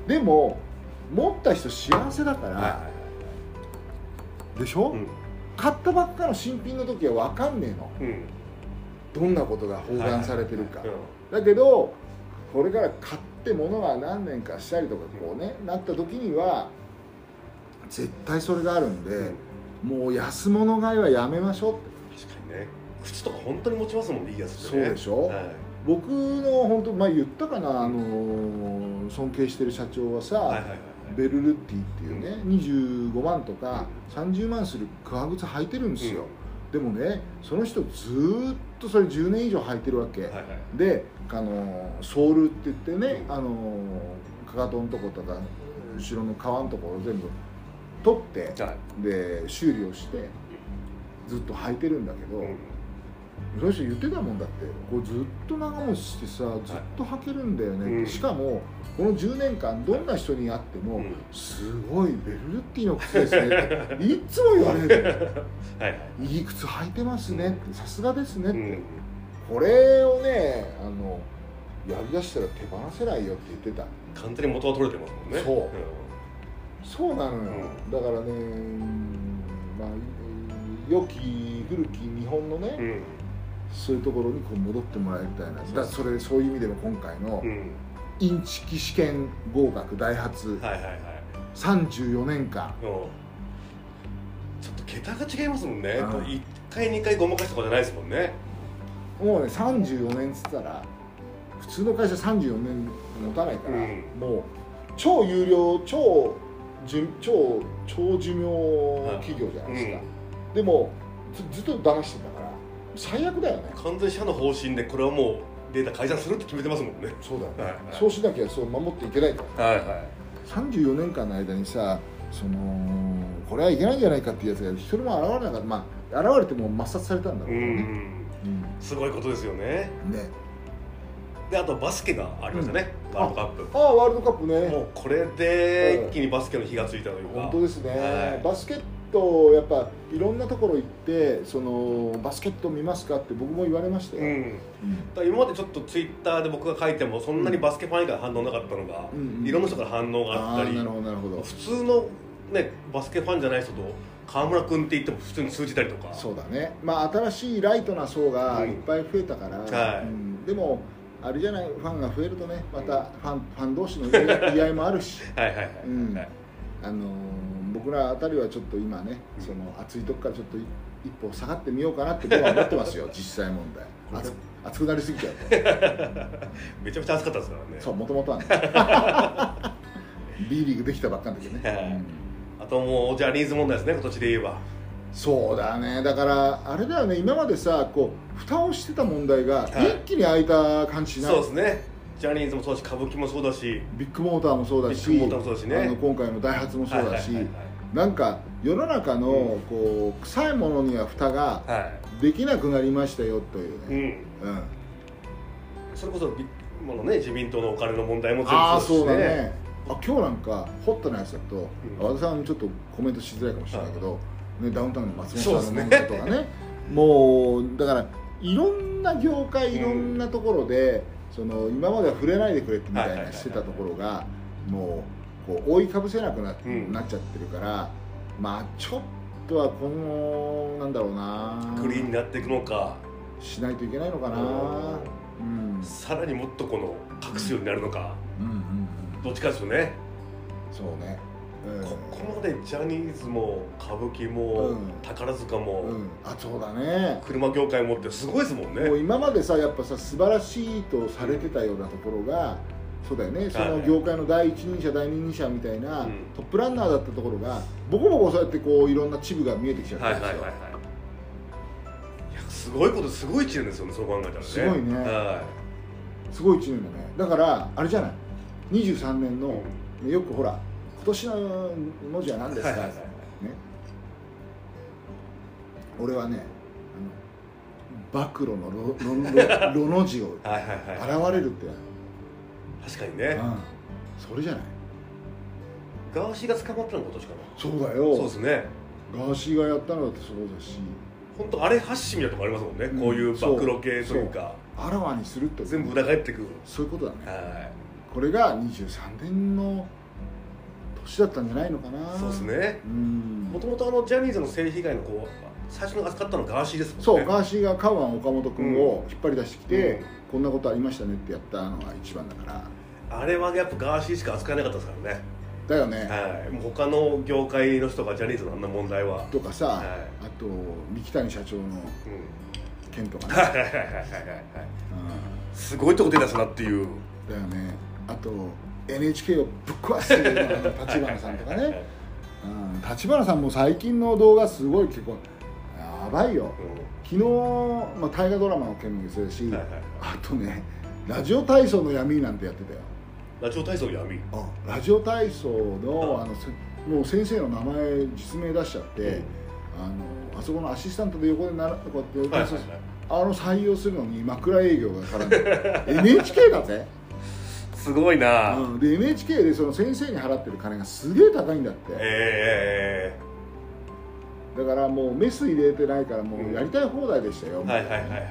でも持った人幸せだから、はい、でしょ、うん、買ったばっかの新品の時は分かんねえの、うん、どんなことが包含されてるか、はいはいはい、だけどこれから買って物が何年かしたりとかこうね、うん、なった時には絶対それがあるんで、うん、もう安物買いはやめましょうって確かにね靴とか本当に持ちますもんね、いいやつってね。そうでしょ、はい、僕の本当、まあ、言ったかな、あのー、尊敬してる社長はさ、はいはいはいはい、ベルルッティっていうね、うん、にじゅうごまんとかさんじゅうまんする革靴履いてるんですよ、うん、でもねその人ずーっとそれじゅうねん以上履いてるわけ、はいはい、で、あのー、ソールって言ってね、うん、あのー、かかとのとことか後ろの革のところを全部取って、はい、で修理をしてずっと履いてるんだけど、うん、その人言ってたもんだって、こうずっと長持ちしてさ、ずっと履けるんだよね、はい、しかもこのじゅうねんかんどんな人に会っても、うん、すごいベルルッティの靴ですねっていつも言われるはい、はい、いい靴履いてますねって、さすがですねって、うん、これをね、あのやりだしたら手放せないよって言ってた。 完全に元は取れてますもんね。 そう、うん、そうなのよ、うん、だからね、まあ良き古き日本のね、うん、そういうところにこう戻ってもらいたいな。だそれそういう意味でも今回のインチキ試験合格ダイハツ、はいはいはい、さんじゅうよねんかん、ちょっと桁が違いますもんね。いっかいにかいごまかしたとかじゃないですもんね。 もうねさんじゅうよねんっつったら普通の会社さんじゅうよねん持たないから、うん、もう超有料超超超寿命企業じゃないですか、うん、でも ず, ずっと騙してたから最悪だよね。 完全に社の方針でこれはもうデータ改ざんするって決めてますもんね。 そうだよね、はいはい、そうしなきゃそう守っていけないから、はいはい、さんじゅうよねんかんの間にさ、そのこれはいけないんじゃないかっていうやつが一人も現れなかった。まあ現れても抹殺されたんだろうね。うん、うん、 すごいことですよね。ねで、あとバスケがありますよね、うん、ワールドカップ。 ああ、ワールドカップね。 もうこれで一気にバスケの火がついたというか、 本当ですね、はい、バスケットやっぱいろんなところ行ってそのバスケット見ますかって僕も言われましたよ、うんうん、 だ今までちょっとツイッターで僕が書いてもそんなにバスケファン以外反応なかったのが、うんうん、いろんな人から反応があったり、なるほどなるほど、普通の、ね、バスケファンじゃない人と河村君って言っても普通に通じたりとか。 そうだね、まあ新しいライトな層がいっぱい増えたから、うんはいうん、でもあれじゃない、ファンが増えるとね、またファン、ファン同士の言い合いもあるしはいはいはい、うん、あのー、僕らあたりはちょっと今ね、うん、その熱いとこからちょっと一歩下がってみようかなって僕は思ってますよ実際問題。熱, 熱くなりすぎちゃうとめちゃめちゃ熱かったですからね。 そう、もともとはねB リーグできたばっかの時ね、 うん、あともうジャニーズ問題ですね、今年で言えば。 そうだね、だからあれだよね、今までさこう蓋をしてた問題が一気に開いた感じしない、 はい、そうですね。ジャニーズもそうだし、歌舞伎もそうだし、 ビッグモーターもそうだし、 ビッグモーターもそうだしね、 あの今回のダイハツもそうだし、なんか世の中のこう臭いものには蓋ができなくなりましたよというね、うんうん、 それこそビッグものね、自民党のお金の問題も全部そうですね。あ、そうだね。あ、今日なんかホットなやつだと、うん、和田さんちょっとコメントしづらいかもしれないけど、ね、ダウンタウンの松本さんの問題とか ね, ねもうだからいろんな業界いろんなところで、うん、その今までは触れないでくれってみたいなしてたところがもうこう覆いかぶせなく な,、うん、なっちゃってるから、まあちょっとは今後なんだろうな、 クリーンになっていくのかしないといけないのかな、 うん、さらにもっとこの隠すようになるのか、うんうんうんうん、どっちかですよね。 そうね、 うん、ここまでジャニーズも歌舞伎も、うん、宝塚も、うん、 あ、そうだね、 車業界もってすごいですもんね。 もう今までさやっぱさ素晴らしいとされてたようなところが、そうだよね、その業界の第一人者第二人者みたいな、うん、トップランナーだったところがボコボコそうやってこういろんなチブが見えてきちゃったんですよ。はいはいはいはい、 いやすごいこと、すごいいちねんですよね、そう考えたらね。 すごいね、はい、すごいいちねんだね。だからあれじゃない、にじゅうさんねんの、うん、よくほら今年の文字は何ですか、はいはいはいはい、ね、俺はね、あの暴露のロロの字を現れるって確かにね、うん、 それじゃない。 ガーシーが捕まったの今年かな。 そうだよ、 そうですね、 ガーシーがやったのだってそうだし、 本当あれ発信みたいなとこありますもんね、うん、こういう暴露系というかあらわにするって全部裏返ってくる、 そういうことだね。はい、これがにじゅうさんねんの年だったんじゃないのかな。 そうですね。もともとあのジャニーズの性被害のこう最初の扱ったのガーシーですもんね。 そう、ガーシーがカウアン岡本君を引っ張り出してきて、うん、こんなことありましたねってやったのが一番だから。あれはやっぱガーシーしか扱えなかったですからね。 だよね、 はい、もう他の業界の人がジャニーズのあんな問題はとかさ、はい、あと三木谷社長の件とかね。 はいはいはいはいはいはい、うん、すごいとこ出たすなっていう。 だよね。あと エヌエイチケー をぶっ壊す立花さんとかね、立花さんも最近の動画すごい結構やばいよ、うん、昨日、まあ、大河ドラマの件もそうだし、はいはいはい、あとねラジオ体操の闇なんてやってたよ。 ラジオ体操の闇、 あラジオ体操の、あのもう先生の名前実名出しちゃって、うん、あのあそこのアシスタントで横でならこうやって、はいはいはい、あの採用するのに枕営業が絡んでエヌエイチケー だぜ。 すごいな、 うん、で エヌエイチケー でその先生に払ってる金がすげえ高いんだって、 えー、だからもうメス入れてないからもうやりたい放題でしたよ、 うん、はいはいはいはいはい、うん、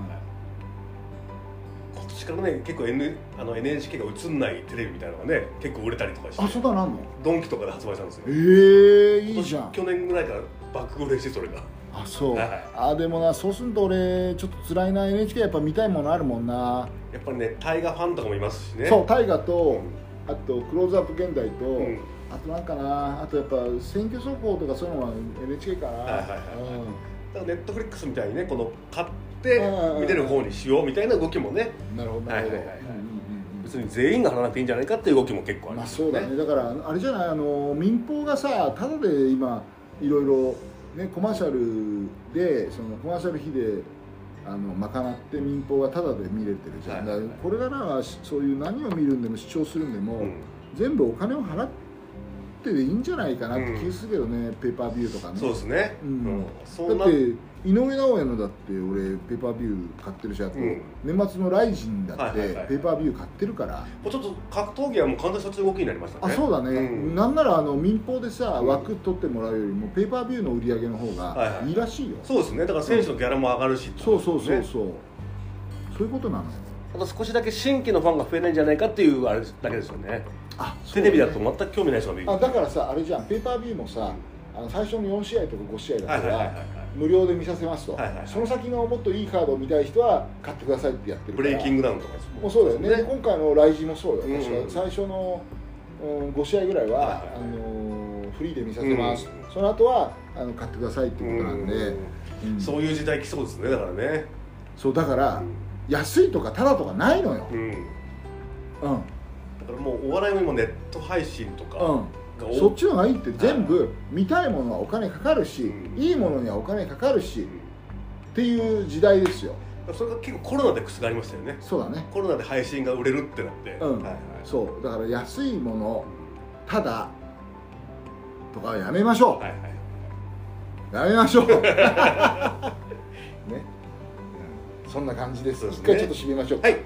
今年からね結構、N、あの エヌエイチケー が映んないテレビみたいなのがね結構売れたりとかして、 あそうだなんのドンキとかで発売したんですよ。 えー、いいじゃん。 去年ぐらいから爆売れしてそれが。 あそう、はいはい、あでもなそうすると俺ちょっと辛いな。 エヌエイチケー やっぱ見たいものあるもんな。 やっぱりね大河ファンとかもいますしね。 そう大河と、うん、あとクローズアップ現代と、うん、あとなんかなあとやっぱ選挙速報とかそういうのは エヌエイチケー かな。はいはいはい、うん、だからネットフリックスみたいにねこの買って見れる方にしようみたいな動きもね。 なるほどなるほど。 別に全員が払わなくていいんじゃないかっていう動きも結構あるんですよね。 まあそうだね。だからあれじゃないあの民放がさただで今いろいろね、コマーシャルでそのコマーシャル費であの賄って民放がタダで見れてるじゃん、はいはいはい、だからこれからはそういう何を見るんでも視聴するんでも、うん、全部お金を払ってでいいんじゃないかなって気がするけどね、うん、ペーパービューとかね。 そうですね、うん、 そうだって井上尚弥のだって俺ペーパービュー買ってるし、あと、うん、年末のライジンだってペーパービュー買ってるから、 もうちょっと格闘技はもう完全にそっちの動きになりましたね。 あそうだね、うん、なんならあの民放でさ枠取ってもらうよりもペーパービューの売り上げの方がいいらしいよ、はいはい、 そうですね。だから選手のギャラも上がるし、ね、 そうそうそうそうそういうことなの。 あと少しだけ新規のファンが増えないんじゃないかっていうあれだけですよね。あテレビだと全く興味ない人が見る。 あだからさあれじゃんペーパービューもさ、あの最初のよん試合とかご試合だったら無料で見させますと、はいはいはい、その先のもっといいカードを見たい人は買ってくださいってやってるから。 ブレイキングダウンとかもうそうだよね。今回のライジもそうよ、確か、うん、最初の、うん、ご試合ぐらいは、はいはいはい、あのフリーで見させます、うん、その後はあの買ってくださいってことなんで、 うんうん、そういう時代来そうですね。だからね。 そうだから、うん、安いとかタダとかないのよ、うん、うん、だからもうお笑いも今ネット配信とか、うんそっちの方がいいって。全部見たいものはお金かかるし、うん、いいものにはお金かかるし、うん、っていう時代ですよ。 それが結構コロナで覆りましたよね。 そうだね。 コロナで配信が売れるってなって、うんはいはい、 そうだから安いものただとかはやめましょう、はいはい、やめましょうね、うん、そんな感じです。一回ちょっと締めましょう。はい。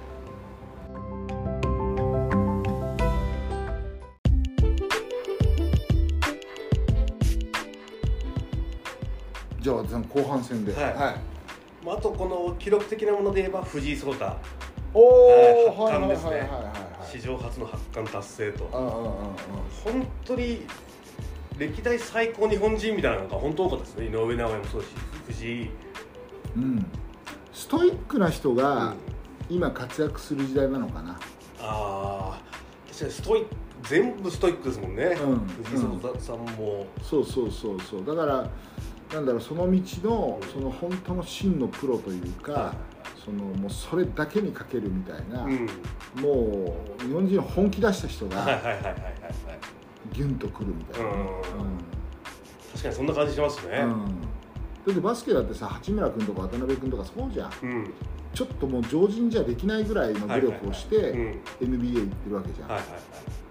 じゃあ後半戦で、はいはい、 あとこの記録的なもので言えば藤井聡太、 おお八冠ですね。史上初の八冠達成と、うんうんうんうん、本当に歴代最高日本人みたいなのが本当多かったですね。井上尚弥もそうだし藤井、 うん、ストイックな人が今活躍する時代なのかな。 ああ確かにストイック全部ストイックですもんね、うん、藤井聡太さんも、 うん、そうそうそうそうだからなんだろうその道のその本当の真のプロというか、はい、そのもうそれだけにかけるみたいな、うん、もう日本人本気出した人がギュンとくるみたいな、ねうんうん、 確かにそんな感じしますね、うん、 だってバスケだってさ八村君とか渡辺君とかそうじゃん、うん、ちょっともう常人じゃできないぐらいの努力をして エヌビーエー 行ってるわけじゃん、はいはいはい、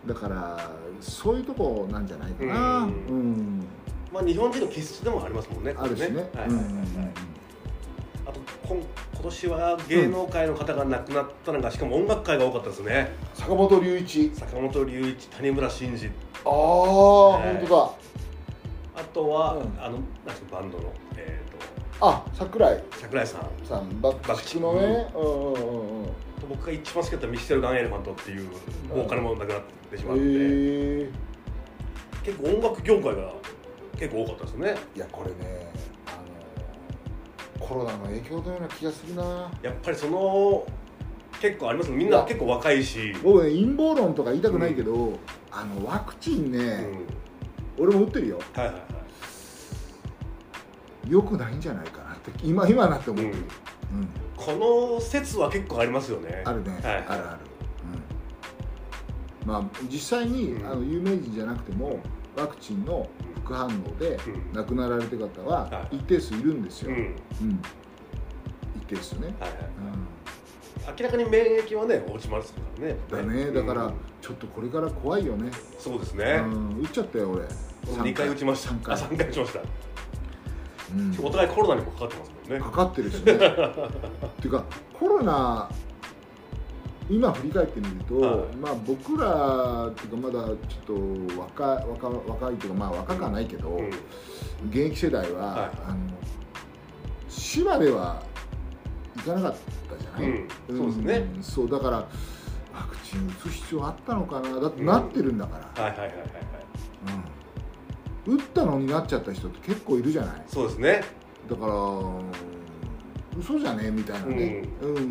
だからそういうとこなんじゃないかな、うんうんまあ、日本人の気質でもありますもんね。 あるしね。はいはいはいはい、 あと今今年は芸能界の方が亡くなったのが、うん、しかも音楽界が多かったですね。 坂本龍一、 坂本龍一、谷村新司。 ああ、はい、本当だ。 あとは、うん、あのなんかバンドのえっ、 ー、とあ桜井桜井さんさんバックチのね、うんうんうんうん、 僕が一番好きだったミステルガンエレファントっていうボーカルも亡くなってしまって、うん、結構音楽業界が結構多かったですね。 いやこれね、あのコロナの影響のような気がするな。 やっぱりその結構ありますね。みんな結構若いし。 僕ね陰謀論とか言いたくないけど、うん、あのワクチンね、うん、俺も打ってるよ。はいはいはい。良くないんじゃないかなっって今今なって思ってる、うんうん、 この説は結構ありますよね。 あるね、はい、あるある、うん、まあ実際に、うん、あの有名人じゃなくてもワクチンの副反応で亡くなられてる方は一定数いるんですよ、うんうん、一定数ね、はいはい、 うん、明らかに免疫はね落ちますからね。 だね、だからちょっとこれから怖いよね。 そうですね、 うん、打っちゃったよ俺。 にかい打ちました。さんかいあさんかい打ちました、うん、お互いコロナにもかかってますもんね。 かかってるしねっていうかコロナ今振り返ってみると、はい、まあ僕らっていうかまだちょっと若若若いというかまあ若くはないけど、うん、現役世代は、はい、あの死まではいかなかったじゃない、うんうん、そうですね、うん、 そうだからワクチン打つ必要あったのかな。だってなってるんだから、 はいはいはいはい、 うん、打ったのになっちゃった人って結構いるじゃない。 そうですね。 だから嘘じゃねえみたいなね、うん、うん、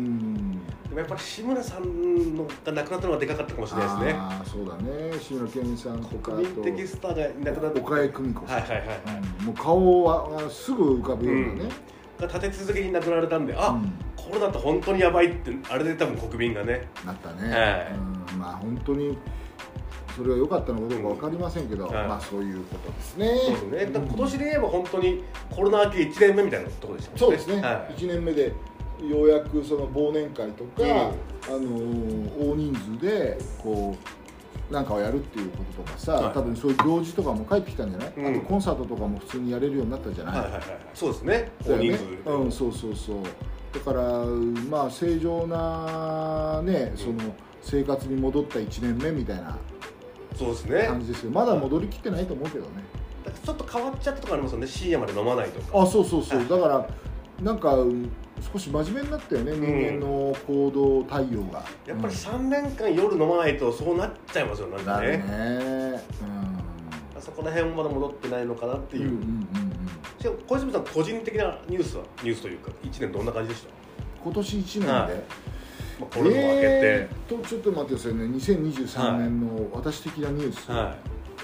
でもやっぱり志村さんのが亡くなったのがでかかったかもしれないですね。 ああそうだね、志村けんさんとか国民的スターがいなくなった。 岡江久美子さん、 はいはいはい、はい、 うん、もう顔はすぐ浮かぶようなね、 うん、が立て続けに亡くなられたんで、あ、うん、コロナって本当にやばいってあれで多分国民がねなったね、はい、うん、まあ本当にそれは良かったのかどうか分かりませんけど、うん、まあそういうことですね。 そうですね、今年で言えば本当にコロナ明けいちねんめみたいなところでしたね。 そうですね、はい、いちねんめでようやくその忘年会とか、うん、あの大人数でこうなんかをやるっていうこととかさ、はい、多分そういう行事とかも帰ってきたんじゃない、うん、あとコンサートとかも普通にやれるようになったじゃない、はいはいはい、 そうですね、 大人数で、うん、そうそうそう。だからまあ正常なね、その生活に戻ったいちねんめみたいなそうですね感じですよ。まだ戻りきってないと思うけどね。 だからちょっと変わっちゃったとかありますよね。深夜まで飲まないとか。 あ、そうそうそう、だからなんか少し真面目になったよね、人間の行動対応が、 うん、やっぱりさんねんかん夜飲まないとそうなっちゃいますよ、なんかね。 なるね、 うん、そこら辺まだ戻ってないのかなっていう。うんうんうんうん、小泉さん個人的なニュースはニュースというかいちねんどんな感じでした？ 今年いちねんで、はい、まあ、これも明けて、 えー、とちょっと待ってくださいね。にせんにじゅうさんねんの私的なニュース、はい、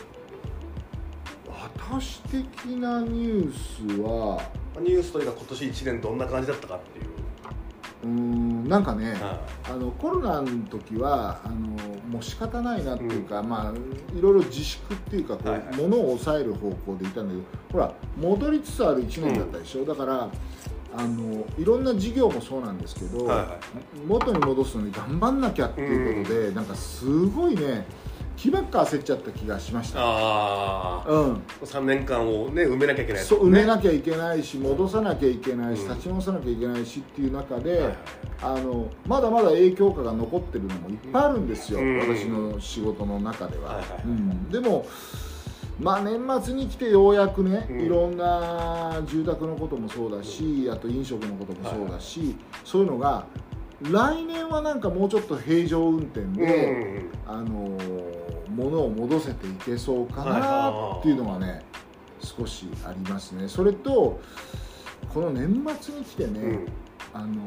私的なニュースはニュースというか今年いちねんどんな感じだったかっていう。 うーん、なんかね、はい、あのコロナの時はあのもう仕方ないなっていうか、うん、まあいろいろ自粛っていうかこう、はいはい、物を抑える方向でいたんだけど、ほら戻りつつあるいちねんだったでしょ、うん、だからあのいろんな事業もそうなんですけど、はいはい、元に戻すのに頑張んなきゃっていうことで、うん、なんかすごいね気ばっか焦っちゃった気がしました。 あ、うん、さんねんかんを、ね、埋めなきゃいけない、ね、 そう埋めなきゃいけないし戻さなきゃいけないし、うん、立ち直さなきゃいけないしっていう中で、はい、あのまだまだ影響下が残ってるのもいっぱいあるんですよ、うん、私の仕事の中では、はいはいはい、うん、でもまあ年末に来てようやくね、うん、いろんな住宅のこともそうだし、あと飲食のこともそうだし、はいはい、そういうのが来年はなんかもうちょっと平常運転で、うんうん、あの物を戻せていけそうかなっていうのはね、はい、少しありますね。それとこの年末に来てね、うん、あの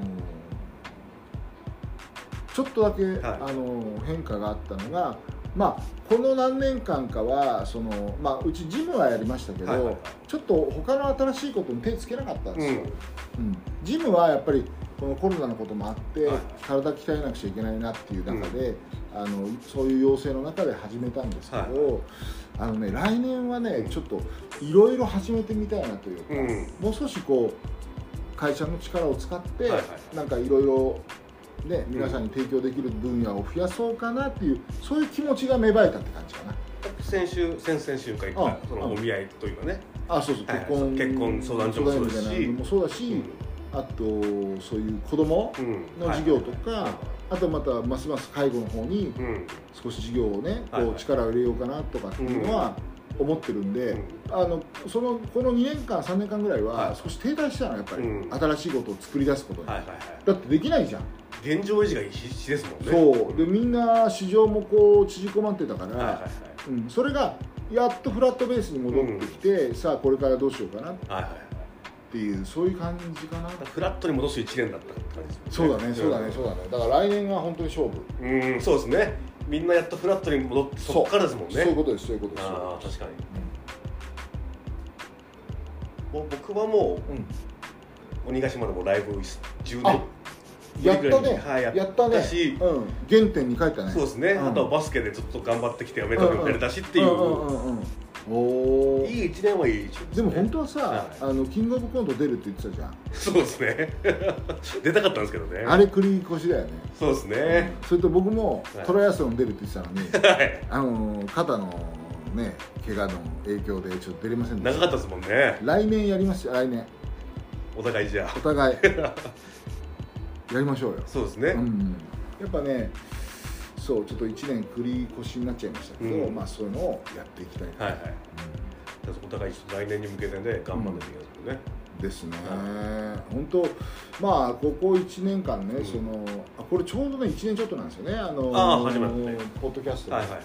ちょっとだけ、はい、あの変化があったのが、まあこの何年間かはその、まあ、うちジムはやりましたけど、はいはいはい、ちょっと他の新しいことに手つけなかったんですよ、うんうん、ジムはやっぱりこのコロナのこともあって、はい、体鍛えなくちゃいけないなっていう中で、うん、あのそういう要請の中で始めたんですけど、はい、あのね、来年はねちょっといろいろ始めてみたいなというか、うん、もう少しこう会社の力を使って、はいはい、なんかいろいろね、皆さんに提供できる分野を増やそうかなっていう、そういう気持ちが芽生えたって感じかな。 先週先々週か行ったそのお見合いというかね、 あ、そうそう、結婚、はい、 結婚相談所もそうだし、 もそうだし、うん、あとそういう子供の事業とか、うん、はい、あとまたますます介護の方に少し事業をね、こう力を入れようかなとかっていうのは思ってるんで、うん、あのそのこのにねんかんさんねんかんぐらいは少し停滞したのやっぱり、うん、新しいことを作り出すことに、はいはいはい、だってできないじゃん。 現状維持が必死ですもんね。 そうで、みんな市場もこう縮こまってたから、はいはいはい、うん、それがやっとフラットベースに戻ってきて、うん、さあこれからどうしようかなっていう、はいはいはい、そういう感じかな。 フラットに戻すいちねんだった感じですもんね。そうだね、そうだね、そうだね。だから来年は本当に勝負。 うん、そうですね。みんなやっとフラットに戻ってそこからですもんね。 そういうことです、そういうことです。 ああ、確かに、うん、もう僕はもう、うん、 鬼ヶ島でもライブじゅうねんやったね、 はい、やった、ね、 し、 うん、原点に帰ったね。 そうですね、うん、あとはバスケでずっと頑張ってきてやめたくやれたしっていう、おいいいちねんはいいいちねんで, でも本当はさ、はい、あのキングオブコント出るって言ってたじゃん。 そうですね出たかったんですけどね。 あれ繰り越しだよね。 そうですね、 うん、それと僕もトライアスロン出るって言ってたのに、はい、あの肩のね怪我の影響でちょっと出れませんでした。 長かったですもんね。 来年やりますよ。来年お互いじゃあお互いやりましょうよ。 そうですね、うん、 やっぱね、そうちょっといちねん繰り越しになっちゃいましたけど、うん、まあそういうのをやっていきたいな。はいはい、 うん、お互い来年に向けてね頑張っていきますよね、 うん、ですね、はい、本当まあここいちねんかんね、うん、そのあこれちょうどねいちねんちょっとなんですよね、あのあ始まって、 ポッドキャストで、はいはいはい、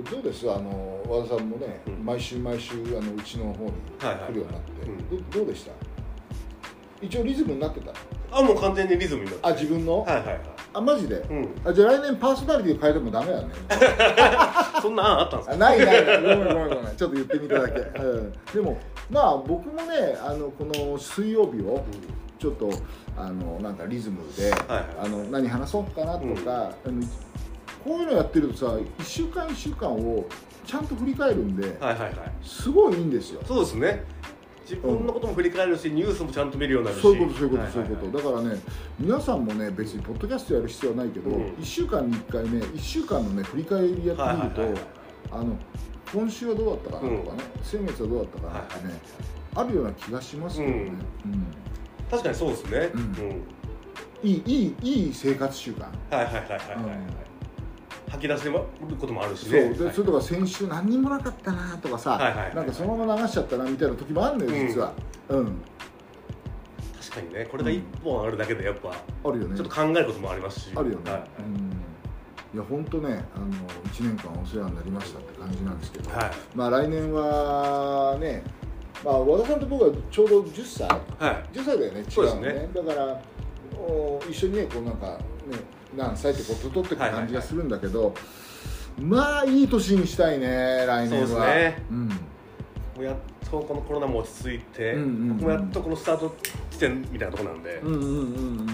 どうですあの和田さんもね、うん、毎週毎週あのうちの方に来るようになって、はいはいはい、ど, どうでした？一応リズムになってた？ あ、もう完全にリズムになって。 あ、自分の？ はいはいはい。 あ、マジで？ うん。 あ、じゃあ来年パーソナリティ変えてもダメだね。 そんな案あったんですか？ ないないない。ごめんごめんごめん。ちょっと言ってみただけ。うん、でもまあ僕もね、あのこの水曜日をちょっとあのなんかリズムで、はいはい、あの何話そうかなとか、うん、あのこういうのやってるとさ、いっしゅうかんいっしゅうかんをちゃんと振り返るんで、はいはいはい、すごいいいんですよ。 そうですね。自分のことも振り返るし、ニュースもちゃんと見るようになるし、 そういうことそういうことそういうこと、だからね皆さんもね別にポッドキャストやる必要はないけど、うん、いっしゅうかんにいっかいねいっしゅうかんのね振り返りやってみると、あの今週はどうだったかなとかね、うん、先月はどうだったかなってね、はいはい、あるような気がしますけどね、うんうん、 確かにそうですね、うんうん、 いいいいいい生活習慣、 はいはいはいはいはい、うん吐き出せることもあるしね。 そうで、それとか先週何にもなかったなとかさ、はいはいはい、なんかそのまま流しちゃったなみたいな時もあるのよ実は、うん、うん、 確かにね、これが一本あるだけでやっぱ、 うん、あるよね、 ちょっと考えることもありますし、 あるよね、 はい、 うん、いや本当ねあのいちねんかんお世話になりましたって感じなんですけど、はい、まあ来年はね、まあ和田さんと僕はちょうどじゅっさい、はい、じゅっさいだよね、違うのね、そうですね、だからお一緒にねこうなんかね何歳ってこと取っていく感じがするんだけど、はいはいはい、まあいい年にしたいね来年は。そうですね、うん、もうやっとこのコロナも落ち着いて、うんうんうん、僕もやっとこのスタート地点みたいなところなんで、うんうんうんうん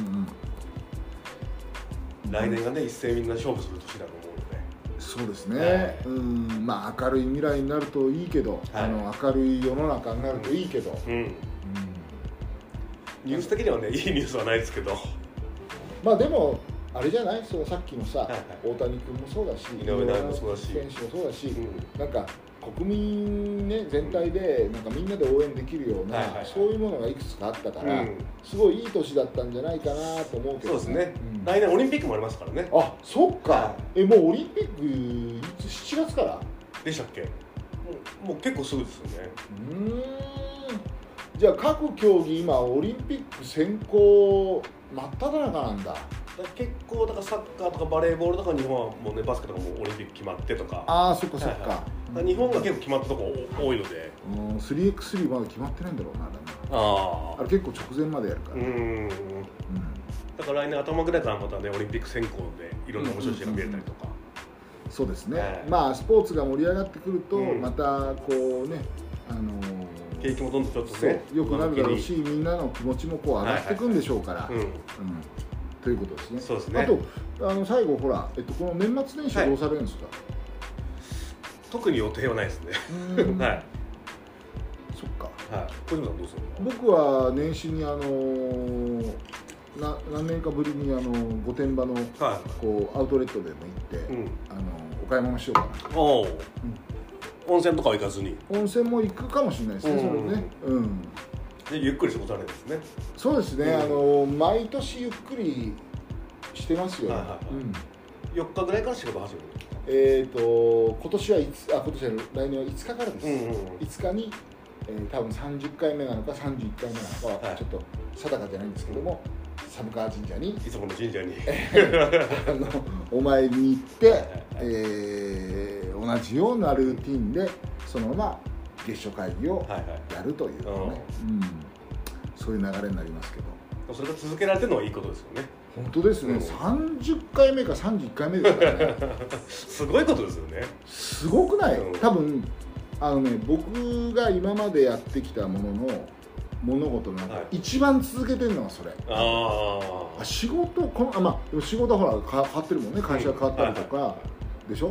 うん、来年がね一斉みんな勝負する年だと思うので。 そうですね、はい、うんまあ明るい未来になるといいけど、はい、あの明るい世の中になるといいけど、うんうんうん、 ニュース的にはねいいニュースはないですけど、 まあでもあれじゃない、そのさっきのさ、はいはい、大谷君もそうだし、 井上尚弥もそうだし、 選手もそうだし、うん、なんか国民、ね、全体でなんかみんなで応援できるような、はいはいはい、そういうものがいくつかあったから、うん、すごいいい年だったんじゃないかなと思うけど、ね、 そうですね、うん、来年オリンピックもありますからね。 あ、そっか、はい、えもうオリンピックいつしちがつからでしたっけ？もう、もう結構すぐですよね。 うーん、じゃあ各競技今オリンピック選考真っ只中なんだ。 結構だからサッカーとかバレーボールとか日本はもうねバスケとかもオリンピック決まってとか。 ああそっかそっか、 はいはい、日本が結構決まったとこ多いので、 うん スリーエックススリー まだ決まってないんだろうな。あああれ結構直前までやるから、うん、うん、 だから来年頭ぐらいからまたねオリンピック選考でいろんな面白い試合が見れたりとか、 うんうん、そうですね、はい、まあスポーツが盛り上がってくると、うん、またこうねあのー、 景気もどんどんちょっとね良くなるだろうし、みんなの気持ちもこう上がっていくんでしょうから、ということですね。 そうですね。 あとあの最後ほら、えっと、この年末年始はどうされるんですか？はい、 特に予定はないですね。はい。 そっか。 はい。小島さんどうするの？僕は年始にあのー、な何年かぶりにあの御殿場の、はい、こうアウトレットでも行って、うん、あのお買い物しようかなと。おお。うん、 温泉とかは行かずに。 温泉も行くかもしれないですね。うん、それね。うん。 でゆっくりしてことあるんですね。 そうですね、うん、あの毎年ゆっくりしてますよ、はいはいはい、 うん、よっかぐらいから仕事始める。 えっ、ー、と今年はいつあ今年は来年はいつかからです、うんうんうん、いつかに、えー、多分さんじゅっかいめなのかさんじゅういっかいめなのかはちょっと定かじゃないんですけども、うん、寒川神社にいつもの神社にあのお参りに行って、はいはいはい、えー、同じようなルーティンでそのまま月初会議をやるというね、はいはい、うん、そういう流れになりますけど、 それが続けられてるのはいいことですよね。 本当ですね、うん、さんじゅっかいめかさんじゅういっかいめですからねすごいことですよね。 すごくない、うん、多分あのね僕が今までやってきたものの物事の中で一番続けてるのがそれ、 はい、 あ仕事このあ、まあ、仕事はほら変わってるもんね、会社が変わったりとか、うんはい、でしょ、うん、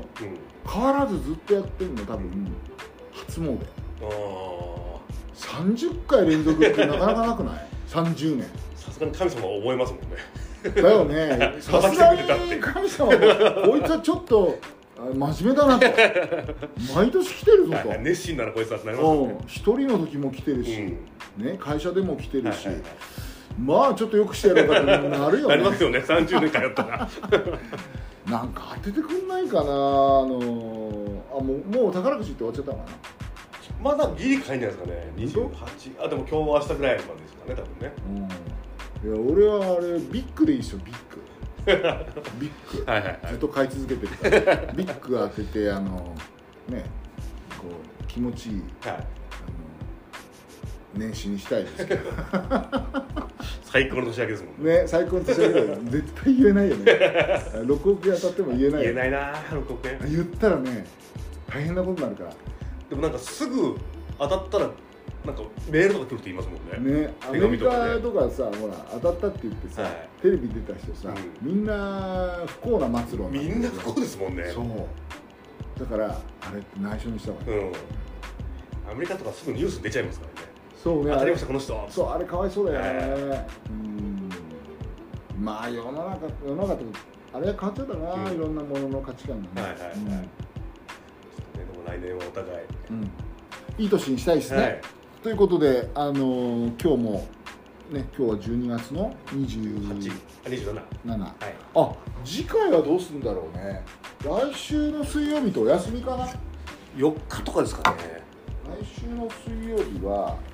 変わらずずっとやってるの多分初詣あさんじゅっかい連続ってなかなかなくないさんじゅうねん。 さすがに神様は覚えますもんね。 だよね。さすがに神様もこいつはちょっと真面目だなと毎年来てるぞと熱心ならこいつはなりますよね。 一人の時も来てるし、うんね、会社でも来てるし、はいはいはい、まあちょっとよくしてやろうかとなるよね。 なりますよね、さんじゅうねんかんやったらなんか当ててくんないかな。あのあもう、もう宝くじって終わっちゃったのかな。 まだギリ買えんじゃないですかね。にじゅうはち、あでも今日明日ぐらいまでですかね、多分ね、 うん、いや俺はあれビッグでいいですよ、ビッグビッグ、はいはいはい、ずっと買い続けてるからビッグ当てて、あのねこう気持ちいい、はい、あの年始にしたいですけど最高の年明けですもんね。最高の年明けだよ絶対言えないよねろくおくえん当たっても言えないよ、ね、 言えないなろくおくえん言ったらね大変なことになるから。 でもなんかすぐ当たったらなんかメールとか来るって言いますもんね。 ね、アメリカとかさ、ほら当たったって言ってさ、はい、テレビ出た人さ、うん、みんな不幸な末路。 みんな不幸ですもんね。 そうだからあれって内緒にした方がいい、うん、 アメリカとかすぐニュース出ちゃいますからね。 そうね、 当たりましたこの人。 そうあれかわいそうだよね。うん、まあ世の中世の中とあれは変わっちゃったな、うん、いろんなものの価値観がね。はいはいはい、うん、ちょっとね、でも来年はお互い、うん、いい年にしたいですね、はい、ということで、あのー、今日もね、今日はじゅうにがつのにじゅうはち、 にじゅうなな、はい、 あ、次回はどうするんだろうね。来週の水曜日とお休みかな。 よっかとかですかね。 来週の水曜日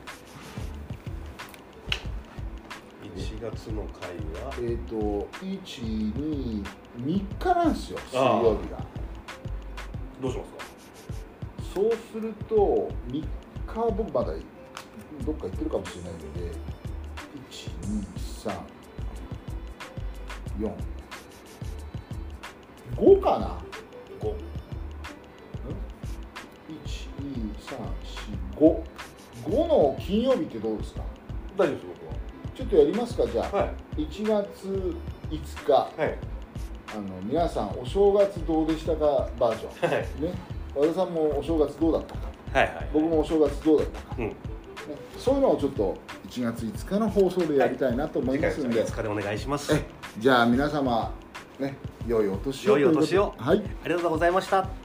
はいちがつの回はえっ、ー、といち、に、みっかなんですよ、水曜日が。 どうしますか。 そうするとみっかは僕まだどっか行ってるかもしれないので、いち、に、さん、よん、ごかな。ご、いち、に、さん、よん、ご、ごの金曜日ってどうですか。 大丈夫です。僕はちょっとやりますか。じゃあ、はい、いちがついつか、はい、あの皆さんお正月どうでしたかバージョン、はい、ね、和田さんもお正月どうだったか、はいはいはい、僕もお正月どうだったか、うんね、そういうのをちょっといちがついつかの放送でやりたいなと思いますので、 はい、いつかでお願いします。 えじゃあ皆様ね、良いお年を。 良いお年を、 はい、 ありがとうございました。